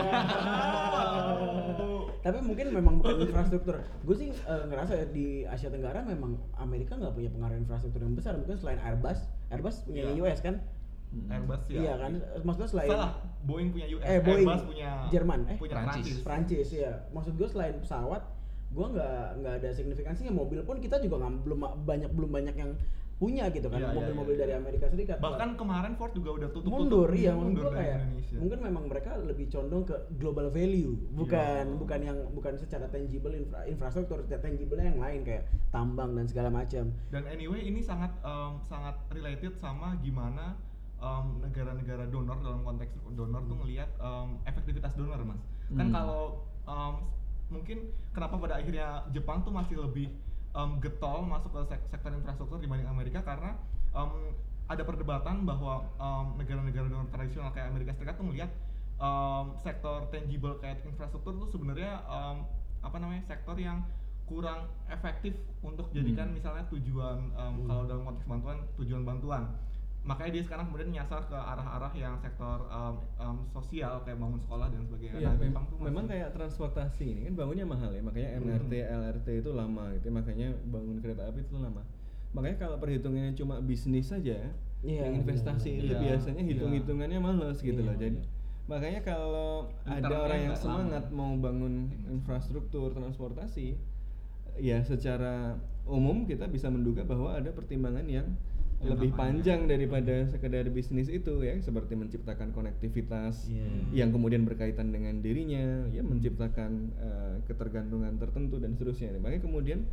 Tapi mungkin memang bukan infrastruktur. Gue sih eh, ngerasa ya di Asia Tenggara memang Amerika nggak punya pengaruh infrastruktur yang besar. Mungkin selain Airbus, Airbus punya Iya. U S kan? Airbus ya. Iya kan? Maksudnya selain Salah, Boeing punya U S, Eh, Boeing. Airbus punya Jerman, eh? punya Prancis. Prancis. Prancis ya. Maksud gue selain pesawat, gue nggak nggak ada signifikansinya. Mobil pun kita juga nggak belum banyak belum banyak yang punya gitu kan, Iya, iya, mobil-mobil iya. dari Amerika Serikat. Bahkan kemarin Ford juga udah tutup mundur, iya menurut mundur gua dari kayak Indonesia. mungkin memang mereka lebih condong ke global value, bukan Iya. bukan yang bukan secara tangible infra, infrastruktur, tangible yang lain kayak tambang dan segala macam. Dan anyway ini sangat em, sangat related sama gimana em, negara-negara donor dalam konteks donor tuh ngelihat em, efektivitas donor, Mas. Kan Hmm. kalau em, mungkin kenapa pada akhirnya Jepang tuh masih lebih em, getol masuk ke sek- sektor infrastruktur dibanding Amerika, karena em, ada perdebatan bahwa em, negara-negara donor tradisional kayak Amerika Serikat tuh ngelihat em, sektor tangible kayak infrastruktur tuh sebenarnya em, apa namanya sektor yang kurang efektif untuk jadikan Hmm. misalnya tujuan em, kalau dalam konteks bantuan tujuan bantuan. Makanya dia sekarang kemudian nyasar ke arah-arah yang sektor em, em, sosial kayak bangun sekolah dan sebagainya. Iya, Nah, mem- Jepang tuh masih- memang kayak transportasi ini kan bangunnya mahal ya, makanya M R T, Hmm. L R T itu lama gitu, ya, makanya bangun kereta api itu lama. Makanya kalau perhitungannya cuma bisnis saja, Iya, yang investasi benar, itu benar. biasanya Iya. hitung-hitungannya males gitu Iya, loh. Jadi iya. makanya kalau ada Internnya orang yang nggak semangat lama. mau bangun infrastruktur transportasi, ya secara umum kita bisa menduga bahwa ada pertimbangan yang Jangka lebih panjang. panjang daripada sekedar bisnis itu ya, seperti menciptakan konektivitas Iya. yang kemudian berkaitan dengan dirinya, ya menciptakan eh, ketergantungan tertentu dan seterusnya. Makanya kemudian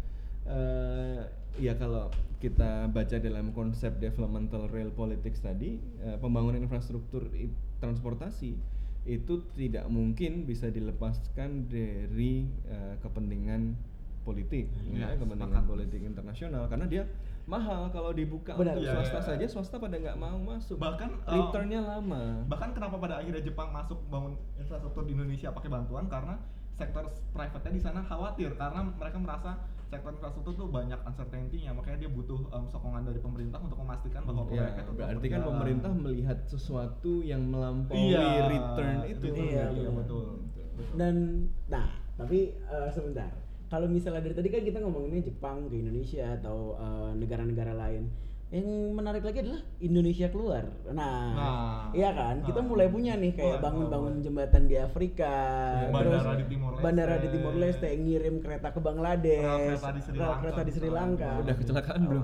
eh, ya kalau kita baca dalam konsep developmental real politics tadi, eh, pembangunan infrastruktur i- transportasi itu tidak mungkin bisa dilepaskan dari eh, kepentingan politik, Iya, ya, kepentingan sepakat. politik internasional, karena dia mahal kalau dibuka Benar. untuk Iya, swasta iya. saja, swasta pada nggak mau masuk. Bahkan, eh, returnnya lama. Bahkan kenapa pada akhirnya Jepang masuk bangun infrastruktur di Indonesia pakai bantuan, karena sektor private-nya di sana khawatir karena mereka merasa sektor infrastruktur tuh banyak uncertainty-nya, makanya dia butuh em, sokongan dari pemerintah untuk memastikan bahwa Ya, proyeknya tuh tetap berarti kan berjalan. pemerintah melihat sesuatu yang melampaui Iya, return itu. return, Iya, iya, benar. betul. Dan nah, tapi eh, sebentar. kalau misalnya dari tadi kan kita ngomonginnya Jepang ke Indonesia atau uh, negara-negara lain. Yang menarik lagi adalah Indonesia keluar. Nah, Nah, iya kan? Kita nah. mulai punya nih kayak Boleh, bangun-bangun boleh. jembatan di Afrika, Ya, terus bandara di Timor Leste. bandara di Timor Leste, ngirim kereta ke Bangladesh, Rel kereta di Sri rel Lanka. kereta di Sri Lanka. Udah kecelakaan belum?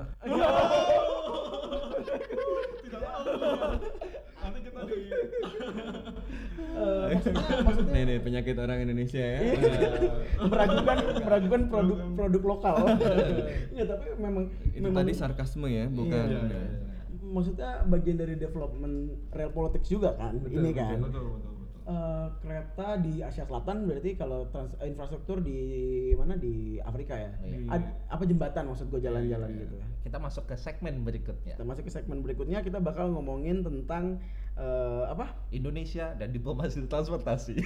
Tidak tahu. Nanti kita di Eh, maksudnya maksudnya Nih nih penyakit orang Indonesia ya. meragukan meragukan produk produk lokal. Ya tapi memang Itu memang tadi sarkasme ya, bukan. Iya, iya, iya. maksudnya bagian dari development real politics juga kan Betul, ini betul, kan. Betul, betul, betul. Eh, kereta di Asia Selatan berarti kalau trans, eh, infrastruktur di mana di Afrika ya. Oh, iya. Ad- apa jembatan maksud gue jalan-jalan Iya, iya. gitu ya. Kita masuk ke segmen berikutnya. Kita masuk ke segmen berikutnya, kita bakal ngomongin tentang eh, apa? Indonesia dan diplomasi transportasi.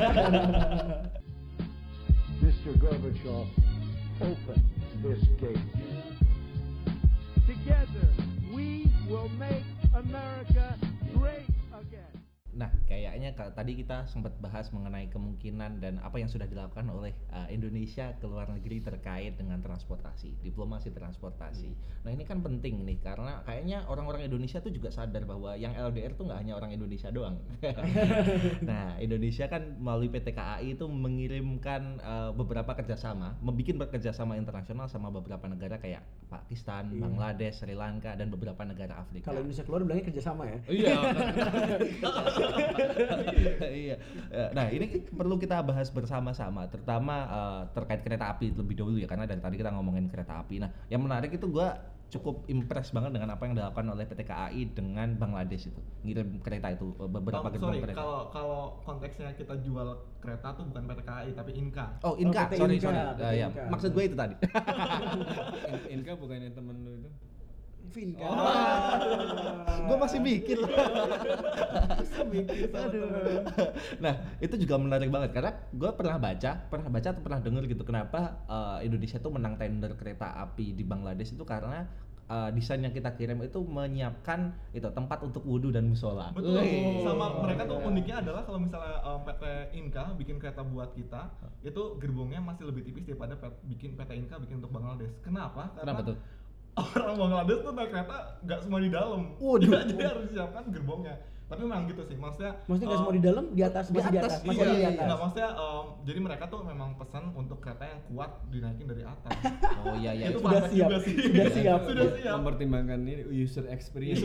Mister Gorbachev, open this gate. Together, we will make America great again. Nah, kayaknya ka- tadi kita sempat bahas mengenai kemungkinan dan apa yang sudah dilakukan oleh uh, Indonesia ke luar negeri terkait dengan transportasi, diplomasi transportasi. Nah, ini kan penting nih karena kayaknya orang-orang Indonesia tuh juga sadar bahwa yang L D R tuh nggak hanya orang Indonesia doang. Nah, Indonesia kan melalui P T K A I itu mengirimkan uh, beberapa kerjasama, membuat kerjasama internasional sama beberapa negara kayak Pakistan, Iya. Bangladesh, Sri Lanka, dan beberapa negara Afrika. Kalau Indonesia keluar bilangnya kerjasama ya. Iya. Iya. Nah, ini perlu kita bahas bersama-sama, terutama uh, terkait kereta api lebih dahulu ya, karena dari tadi kita ngomongin kereta api. Nah, yang menarik itu gua cukup impress banget dengan apa yang dilakukan oleh P T K A I dengan Bangladesh itu, ngirim kereta itu uh, beberapa Oh, gerbong sorry, kereta. kalau kalau konteksnya kita jual kereta tuh bukan P T K A I tapi Inka. Oh, Inka, Oh, P T sorry, Inka, sorry. P T Uh, ya, Inka. maksud gue itu tadi. In- Inka bukannya temen lu itu? Vinka. Gue masih mikir. Aduh. Nah, itu juga menarik banget karena gue pernah baca, pernah baca atau pernah dengar gitu kenapa uh, Indonesia tuh menang tender kereta api di Bangladesh itu karena uh, desain yang kita kirim itu menyiapkan itu tempat untuk wudhu dan musola. Betul. Wih. Sama mereka tuh uniknya adalah kalau misalnya um, P T Inka bikin kereta buat kita, itu gerbongnya masih lebih tipis daripada P- bikin P T Inka bikin untuk Bangladesh. Kenapa? Karena Kenapa tuh? orang Bangladesh tuh naik kereta nggak semua di dalam. Waduh. Jadi harus siapkan gerbongnya. Tapi memang gitu sih, maksudnya. Maksudnya nggak um, semua di dalam, di atas, di masih di atas, atas, masih Iya, ada di iya, atas. nggak, maksudnya um, jadi mereka tuh memang pesan untuk kereta yang kuat dinaikin dari atas. Oh iya iya. Itu itu- Sudah fun fact siap, juga sih. sudah siap. Sudah siap. Mempertimbangkan ini user experience.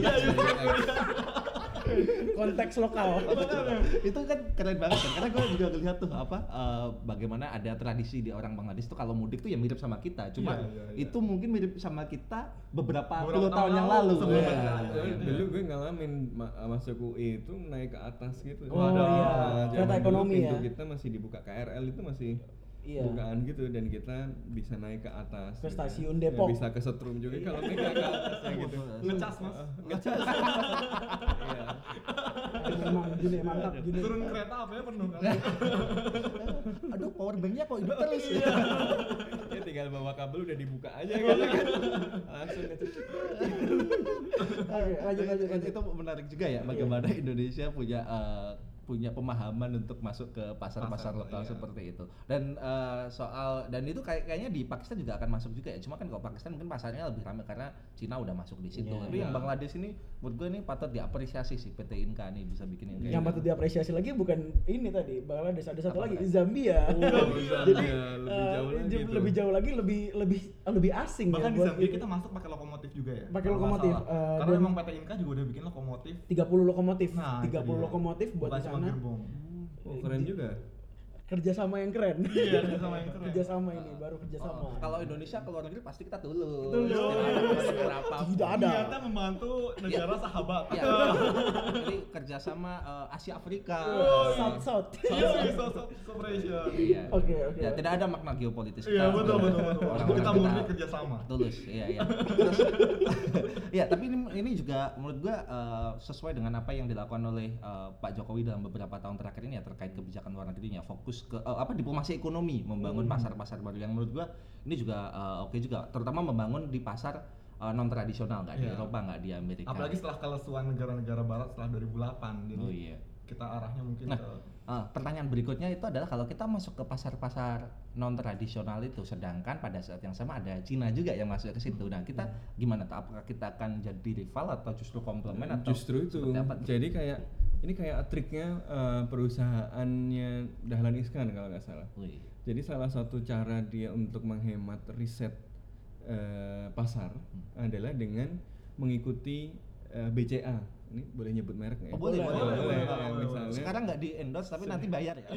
Konteks lokal. itu kan keren banget kan karena gue juga ngeliat tuh apa uh, bagaimana ada tradisi di orang Bangladesh tuh kalau mudik tuh ya mirip sama kita cuma Iya, iya, iya. itu mungkin mirip sama kita beberapa, Beberapa puluh tahun tahun yang lalu, lalu. sebelum Iya. ada. Dulu- Dulu gue ngalamin ma- masuk U I itu naik ke atas gitu. Oh, Nah, iya. zaman Kereta dulu ekonomi pintu ya. kita masih dibuka, K R L itu masih Iya. bukaan gitu dan kita bisa naik ke atas. Ke gitu. stasiun Ya, Depok. bisa kesetrum juga kalau naik ke atasnya gitu. Ngecas mas. Ngecas. Iya. Memang gini mantap gini. Turun kereta apa ya penuh kan? Aduh power banknya kok hidup terus. Ya tinggal bawa kabel udah dibuka aja gitu kan. Langsung ngecas. Oke, lanjut lanjut itu, lanjut. itu menarik juga ya bagaimana Indonesia punya uh, punya pemahaman untuk masuk ke pasar-pasar Pasar, lokal iya. seperti itu dan uh, soal dan itu kayak kayaknya di Pakistan juga akan masuk juga ya cuma kan kalau Pakistan mungkin pasarnya lebih ramai karena Cina udah masuk di situ Iya. tapi yang Iya. Bangladesh ini menurut gue ini patut diapresiasi sih P T Inka nih bisa bikin yang kayak Yang gitu. patut diapresiasi lagi bukan ini tadi, Bangladesh, ada satu Apa lagi lagi? Zambia. Zambia, Jadi lebih eh, jauh lagi jauh- tuh. lebih jauh lagi, lebih lebih lebih asing Bahkan ya di buat Zambia ini. kita masuk pakai lokomotif juga ya. Pakai kalau nggak lokomotif, salah. eh, Karena dan- memang P T Inka juga udah bikin lokomotif. tiga puluh lokomotif, Nah, itu tiga puluh dia. lokomotif buat Bukan di cuma sana. gerbong. Oh, keren juga. Kerjasama yang keren. Iya, kerjasama yang keren. Kerjasama ini baru kerjasama. Oh, kalau Indonesia ke luar negeri pasti kita tulus. Tulus. Berapa? Tidak ada. Niatnya membantu negara sahabat. Ya. Jadi kerjasama uh, Asia Afrika. South South. Iya, social cooperation. Iya. Oke, oke. Ya, tidak ada makna geopolitis. Iya, Kita betul, juga betul, betul. orang-orang Kita murni kerjasama. Tulus, iya iya. Terus, ya tapi ini, ini juga menurut gua uh, sesuai dengan apa yang dilakukan oleh uh, Pak Jokowi dalam beberapa tahun terakhir ini ya terkait kebijakan luar negerinya, fokus ke uh, apa diplomasi ekonomi, membangun pasar-pasar baru yang menurut gua ini juga uh, oke juga, terutama membangun di pasar non tradisional nggak di Iya. Eropa nggak di Amerika. Apalagi setelah kelesuan negara-negara barat setelah dua ribu delapan. Jadi Oh iya. kita arahnya mungkin Nah, ke uh, pertanyaan berikutnya itu adalah kalau kita masuk ke pasar-pasar non tradisional itu, sedangkan pada saat yang sama ada Cina juga yang masuk ke situ. Nah, kita gimana tuh? Apakah kita akan jadi rival atau justru komplement atau Justru itu. seperti apa tuh? Jadi kayak ini kayak triknya eh, perusahaannya Dahlan Iskan kalau nggak salah. Wih. Jadi salah satu cara dia untuk menghemat riset eh, pasar adalah dengan mengikuti eh, B C A. Ini boleh nyebut merek nggak ya? Oh, boleh, boleh, boleh, boleh, boleh, ya, boleh, misalnya. Sekarang nggak di endorse tapi nanti bayar ya.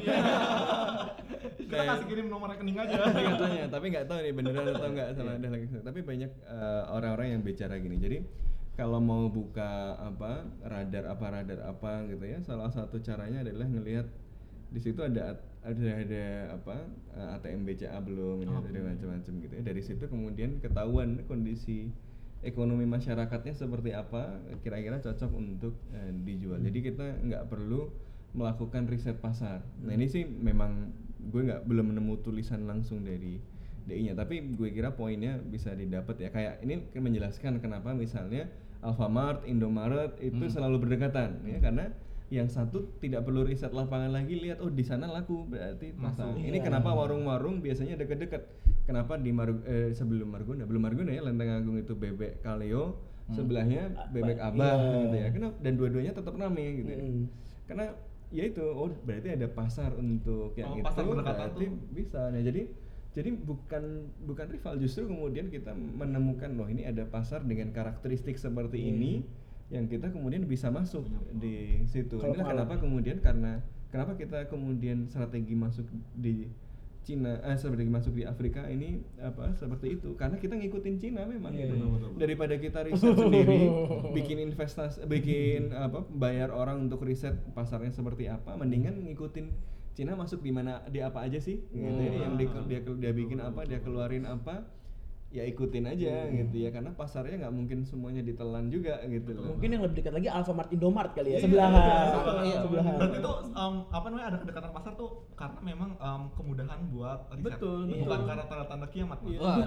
kita kasih kirim nomor rekening aja. Katanya, tapi nggak tahu nih beneran atau nggak sama Dahlan Iskan. Tapi banyak eh, orang-orang yang bicara gini. Jadi kalau mau buka apa radar apa radar apa gitu ya, salah satu caranya adalah ngelihat di situ ada ada ada apa eh, A T M B C A belum, ini ada macam-macam gitu ya. Dari situ kemudian ketahuan kondisi ekonomi masyarakatnya seperti apa, kira-kira cocok untuk eh, dijual. Jadi kita nggak perlu melakukan riset pasar. Nah ini sih memang gue nggak belum menemu tulisan langsung dari D I-nya, tapi gue kira poinnya bisa didapat ya. Kayak ini menjelaskan kenapa misalnya Alfamart, Indomaret itu selalu berdekatan ya, karena yang satu tidak perlu riset lapangan lagi, lihat oh di sana laku berarti pasar. Ini kenapa warung-warung biasanya deket-deket. Kenapa di Mar- eh, sebelum Margonda, belum Margonda ya, Lenteng Agung itu Bebek Kaleo, sebelahnya Bebek Abah Iya. gitu ya. Kenapa? Dan dua-duanya tetap rame gitu ya. Mm. Karena ya itu, oh berarti ada pasar untuk yang Oh, itu, pasar berdekatan berarti tuh. bisa. Nah jadi jadi bukan bukan rival, justru kemudian kita menemukan loh ini ada pasar dengan karakteristik seperti ini yang kita kemudian bisa masuk di situ. Kalau Inilah kalau- kenapa kemudian karena kenapa kita kemudian strategi masuk di Cina, eh strategi masuk di Afrika ini apa seperti itu, karena kita ngikutin Cina memang Iya, gitu. iya. Betul, betul. Daripada kita riset sendiri, bikin investasi, bikin apa bayar orang untuk riset pasarnya seperti apa, mendingan ngikutin Cina masuk di mana, di apa aja sih gitu ya, yang di- dia dia bikin apa, dia keluarin apa, ya ikutin aja gitu ya, karena pasarnya nggak mungkin semuanya ditelan juga gitu loh. Mungkin yang lebih dekat lagi Alfamart Indomart kali ya, Iya, sebelahan. iya, sebelahan. Dan itu um, apa namanya ada kedekatan pasar tuh karena memang um, kemudahan buat riset. Betul, Bukan betul. karena tanda-tanda kiamat. Mas. Wah.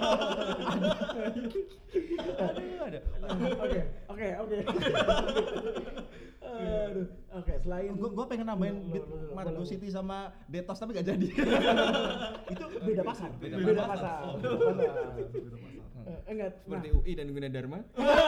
Oke, oke, oke. Aduh, oke, selain Gue gue pengen nambahin Lo- Bit lo- lo- Margo boleh. City sama Detos tapi gak jadi. itu beda pasar, Beda beda, pasar. pasar. Oh, Beda beda pasar. pasar. Beda pasar. Eh, enggak, Seperti nah, U I dan Gunadarma.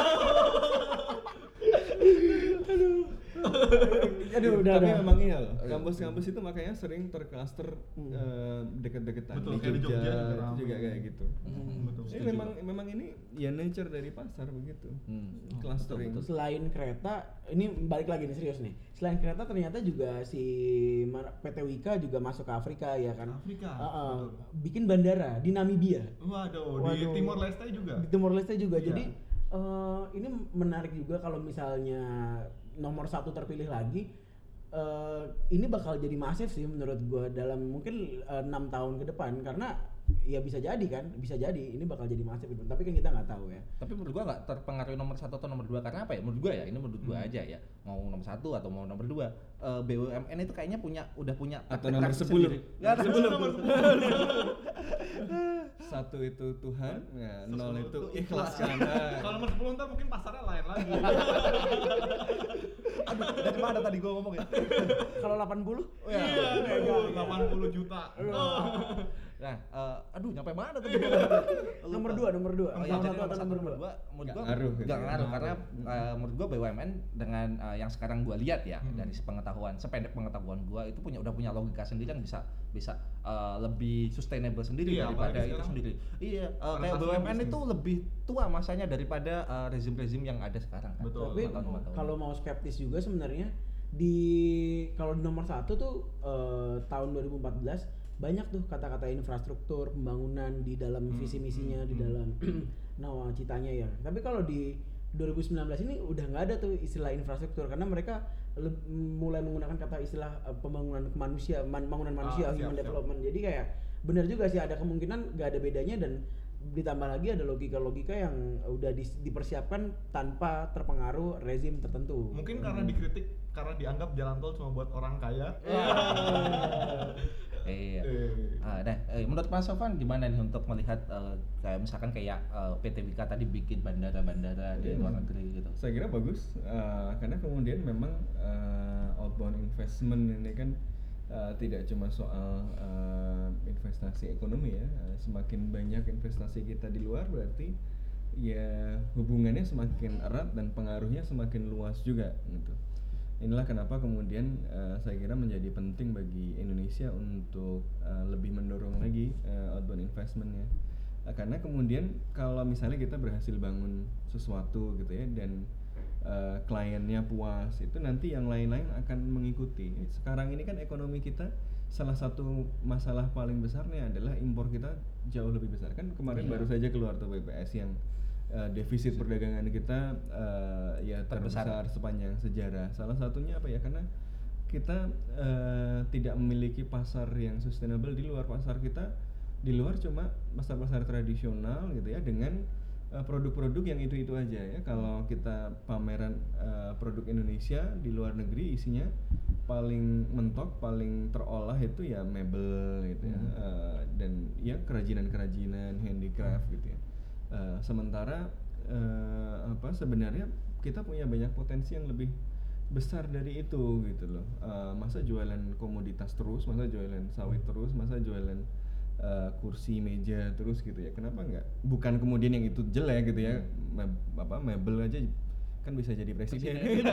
aduh, udah, Tapi udah. memang iya loh, kampus-kampus itu makanya sering tercluster eh, deket-deketan. Betul, Di kayak di Jogja, Jogja juga itu ramai. juga kayak gitu. Hmm, betul. Ini setuju. memang memang ini ya nature dari pasar begitu. Hmm. Clustering. Selain kereta, ini balik lagi nih serius nih. Selain kereta ternyata juga si mana- P T Wika juga masuk ke Afrika ya kan. Afrika, Heeh. betul. Bikin bandara di Namibia. Waduh, Waduh. di Timor Leste juga. Di Timor Leste juga. Iya. Jadi eh, ini menarik juga kalau misalnya nomor satu terpilih lagi. eh, ini bakal jadi masif sih menurut gua dalam mungkin eh, enam tahun ke depan, karena ya bisa jadi kan, bisa jadi ini bakal jadi masif gitu. Tapi kan kita nggak tahu ya. Tapi menurut gua nggak terpengaruh nomor satu atau nomor dua karena apa ya? Menurut gua ya, ini menurut gua aja ya. Mau nomor satu atau mau nomor dua, eh, B U M N itu kayaknya punya udah punya Atau praktek nomor praktik sepuluh. sendiri. Nggak, Sepuluh. nomor Satu itu Tuhan, ya, nol Sepuluh itu itu ikhlas ikhlas. kan. Kalau nomor sepuluh ntar mungkin pasarnya lain lagi. Aduh, dari mana tadi gua ngomong ya? Kalau delapan puluh? Iya, aduh, delapan puluh juta. Nah, eh, aduh nyampe mana tadi? gua? Nomor Lupa. dua, nomor dua. Oh iya, Nomor jadi satu atau satu, nomor nomor dua? dua, menurut Nggak gua ngaruh gitu nggak ya. ngaruh karena eh, menurut gua B U M N dengan eh, yang sekarang gua lihat ya Hmm. dari sepengetahuan sependek pengetahuan gua itu punya udah punya logika sendiri yang bisa bisa eh, lebih sustainable sendiri Iya, daripada apalagi itu sekarang sendiri. Iya, eh, kayak transaksi B U M N bisnis. itu lebih tua masanya daripada eh, rezim-rezim yang ada sekarang kan. Betul. Tapi Lima tahun, lima tahun. kalau mau skeptis juga sebenarnya di kalau di nomor satu tuh eh, tahun dua ribu empat belas banyak tuh kata-kata infrastruktur pembangunan di dalam Hmm, visi misinya hmm, di hmm. dalam nawacitanya ya. Tapi kalau di dua ribu sembilan belas ini udah nggak ada tuh istilah infrastruktur karena mereka le- mulai menggunakan kata istilah eh, pembangunan manusia, man- pembangunan manusia, Ah, siap, human siap. development. Jadi kayak benar juga sih ada kemungkinan nggak ada bedanya dan ditambah lagi ada logika-logika yang udah dis- dipersiapkan tanpa terpengaruh rezim tertentu. Mungkin karena dikritik karena dianggap jalan tol cuma buat orang kaya. Ya Iya. Eh. Ah, nah, eh, menurut Mas Sofan gimana nih untuk melihat eh, kayak misalkan kayak eh, P T Wika tadi bikin bandara-bandara di Iya. luar negeri gitu. Saya kira bagus uh, karena kemudian memang uh, outbound investment ini kan uh, tidak cuma soal uh, investasi ekonomi ya, uh, semakin banyak investasi kita di luar berarti ya hubungannya semakin erat dan pengaruhnya semakin luas juga gitu. Inilah kenapa kemudian uh, saya kira menjadi penting bagi Indonesia untuk uh, lebih mendorong lagi uh, outbound investmentnya. Uh, karena kemudian kalau misalnya kita berhasil bangun sesuatu gitu ya dan uh, kliennya puas, itu nanti yang lain-lain akan mengikuti. Sekarang ini kan ekonomi kita salah satu masalah paling besarnya adalah impor kita jauh lebih besar. Kan kemarin Iya. baru saja keluar tuh B P S yang Uh, defisit perdagangan kita uh, ya Terbesar. terbesar sepanjang sejarah. Salah satunya apa ya? Karena kita uh, tidak memiliki pasar yang sustainable di luar. Pasar kita di luar cuma pasar-pasar tradisional gitu ya dengan uh, produk-produk yang itu-itu aja ya. Kalau kita pameran uh, produk Indonesia di luar negeri isinya paling mentok, paling terolah itu ya mebel gitu ya. Hmm. Uh, dan ya kerajinan-kerajinan, handicraft gitu ya. Uh, sementara uh, apa sebenarnya kita punya banyak potensi yang lebih besar dari itu gitu loh. Uh, masa jualan komoditas terus, masa jualan sawit terus, masa jualan uh, kursi meja terus gitu ya. Kenapa enggak? Bukan kemudian yang itu jelek gitu ya. Me- apa mebel aja kan bisa jadi presiden.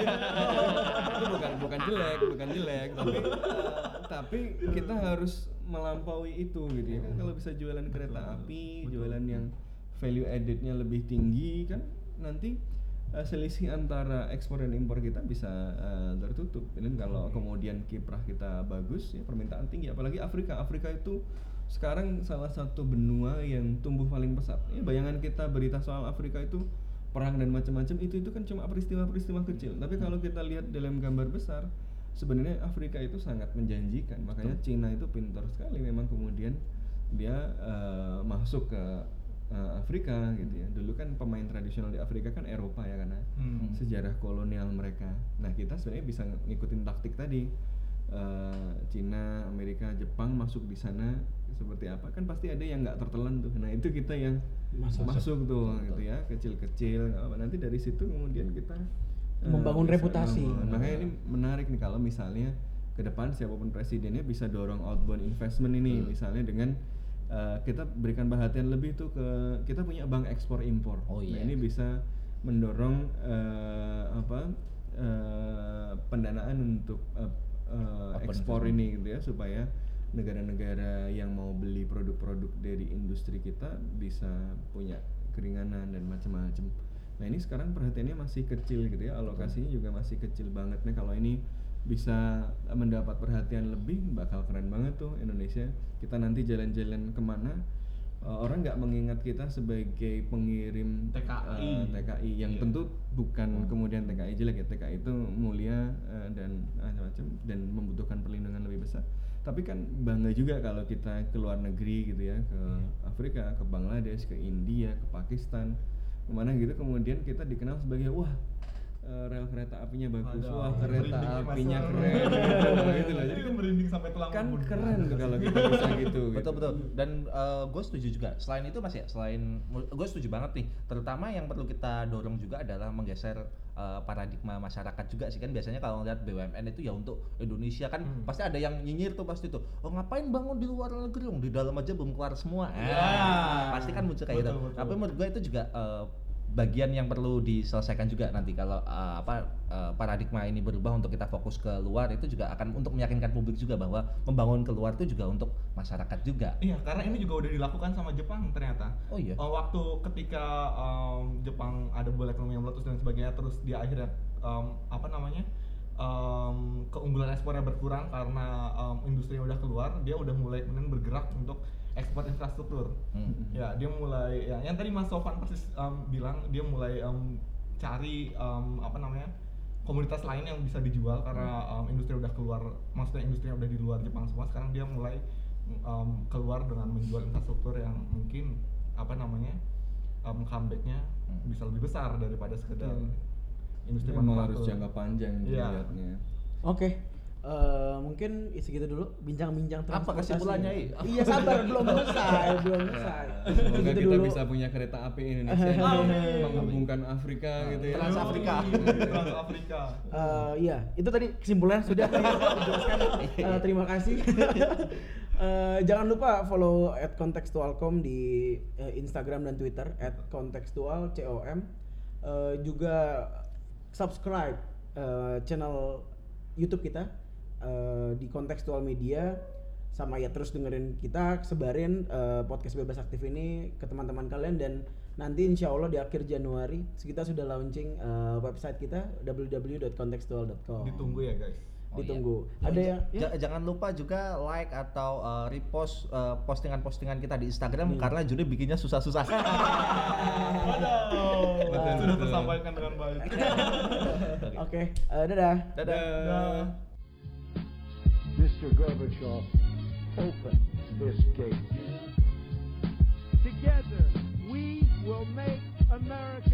Itu bukan bukan jelek, bukan jelek, tapi uh, tapi kita harus melampaui itu gitu ya. Kan kalau bisa jualan kereta api, jualan yang value added-nya lebih tinggi kan nanti uh, selisih antara ekspor dan impor kita bisa uh, tertutup. Dan kalau kemudian kiprah kita bagus ya permintaan tinggi, apalagi Afrika. Afrika itu sekarang salah satu benua yang tumbuh paling pesat. Ya, bayangan kita berita soal Afrika itu perang dan macam-macam itu itu kan cuma peristiwa-peristiwa kecil. Tapi kalau kita lihat dalam gambar besar sebenarnya Afrika itu sangat menjanjikan. Makanya Cina itu pintar sekali memang kemudian dia uh, masuk ke Uh, Afrika gitu ya. Dulu kan pemain tradisional di Afrika kan Eropa ya karena Hmm. sejarah kolonial mereka. Nah kita sebenarnya bisa ngikutin taktik tadi. Uh, Cina, Amerika, Jepang masuk di sana seperti apa kan pasti ada yang nggak tertelan tuh. Nah itu kita yang Masuk. masuk, tuh gitu ya kecil-kecil nggak apa. Nanti dari situ kemudian kita uh, Membangun bisa reputasi. bangun. Makanya ini menarik nih kalau misalnya ke depan siapapun presidennya bisa dorong outbound investment ini misalnya dengan Uh, kita berikan perhatian lebih tuh ke kita punya bank ekspor impor. Oh, iya. Nah ini bisa mendorong uh, apa uh, pendanaan untuk uh, uh, Open ekspor investment. ini gitu ya supaya negara-negara yang mau beli produk-produk dari industri kita bisa punya keringanan dan macam-macam. Nah ini sekarang perhatiannya masih kecil gitu ya, alokasinya juga masih kecil banget. Nah kalau ini bisa mendapat perhatian lebih bakal keren banget tuh Indonesia. Kita nanti jalan-jalan kemana uh, orang nggak mengingat kita sebagai pengirim T K I. uh, T K I yang Iya. tentu bukan kemudian T K I jelek ya. T K I itu mulia uh, dan macam-macam dan membutuhkan perlindungan lebih besar. Tapi kan bangga juga kalau kita ke luar negeri gitu ya, ke Afrika, ke Bangladesh, ke India, ke Pakistan, kemana gitu kemudian kita dikenal sebagai wah uh, rel kereta apinya bagus, Ada, wah kereta merinding, apinya Mas. keren, gitu, gitu loh. Jadi Itu merinding sampai tulang kan punggung. keren tuh kalau kita bisa gitu. Betul gitu. betul. Dan gue setuju juga. Selain itu Mas ya, selain gue setuju banget nih. Terutama yang perlu kita dorong juga adalah menggeser uh, paradigma masyarakat juga sih kan. Biasanya kalau ngeliat B U M N itu ya untuk Indonesia kan Hmm. pasti ada yang nyinyir tuh pasti tuh. Oh ngapain bangun di luar negeri? Dong di dalam aja belum keluar semua. Ya. Ah, pasti kan muncul kayak Betul, gitu. betul. Tapi menurut gue itu juga uh, bagian yang perlu diselesaikan juga nanti kalau uh, apa uh, paradigma ini berubah untuk kita fokus ke luar itu juga akan untuk meyakinkan publik juga bahwa membangun keluar itu juga untuk masyarakat juga. Iya, karena ini juga udah dilakukan sama Jepang ternyata. Oh iya. Uh, waktu ketika um, Jepang ada bola ekonomi yang meletus dan sebagainya, terus dia akhirnya um, apa namanya um, keunggulan ekspornya berkurang karena um, industrinya udah keluar, dia udah mulai kemudian bergerak untuk ekspor infrastruktur. Hmm. Ya, dia mulai ya, yang tadi Mas Sofan persis um, bilang dia mulai um, cari um, apa namanya komoditas lain yang bisa dijual karena um, industri udah keluar, maksudnya industrinya udah di luar Jepang semua. Sekarang dia mulai um, keluar dengan menjual infrastruktur yang mungkin apa namanya um, comebacknya Hmm. bisa lebih besar daripada sekedar Hmm. industri Memang harus manufaktur. jangka panjang Iya. dilihatnya. Oke, eh, mungkin segitu dulu bincang-bincang Apa transportasi. kesimpulannya, I? Iya sabar, belum selesai, belum selesai. Semoga Segitu kita dulu. bisa punya kereta api Indonesia yang Amin. menghubungkan Afrika gitu ya. Trans Afrika. Trans Afrika. Eh, iya, itu tadi kesimpulan sudah dijelaskan. Eh, terima kasih. Eh, jangan lupa follow at contextualcom di eh, Instagram dan Twitter at contextual com. Eh, juga subscribe eh, channel YouTube kita eh, di Contextual Media, sama ya terus dengerin kita, sebarin eh, podcast Bebas Aktif ini ke teman-teman kalian, dan nanti insya Allah di akhir Januari kita sudah launching eh, website kita w w w dot contextual dot com. Ditunggu ya guys. Oh, Ditunggu. iya. Ada Ja- yang ya? ja- jangan lupa juga like atau uh, repost uh, postingan-postingan kita di Instagram Hmm. karena Juni bikinnya susah-susah. Waduh. Betul, Sudah betul. tersampaikan dengan baik. Oke, eh, dadah. Dadah. Mister Gorbachev, open this gate. Together, we will make America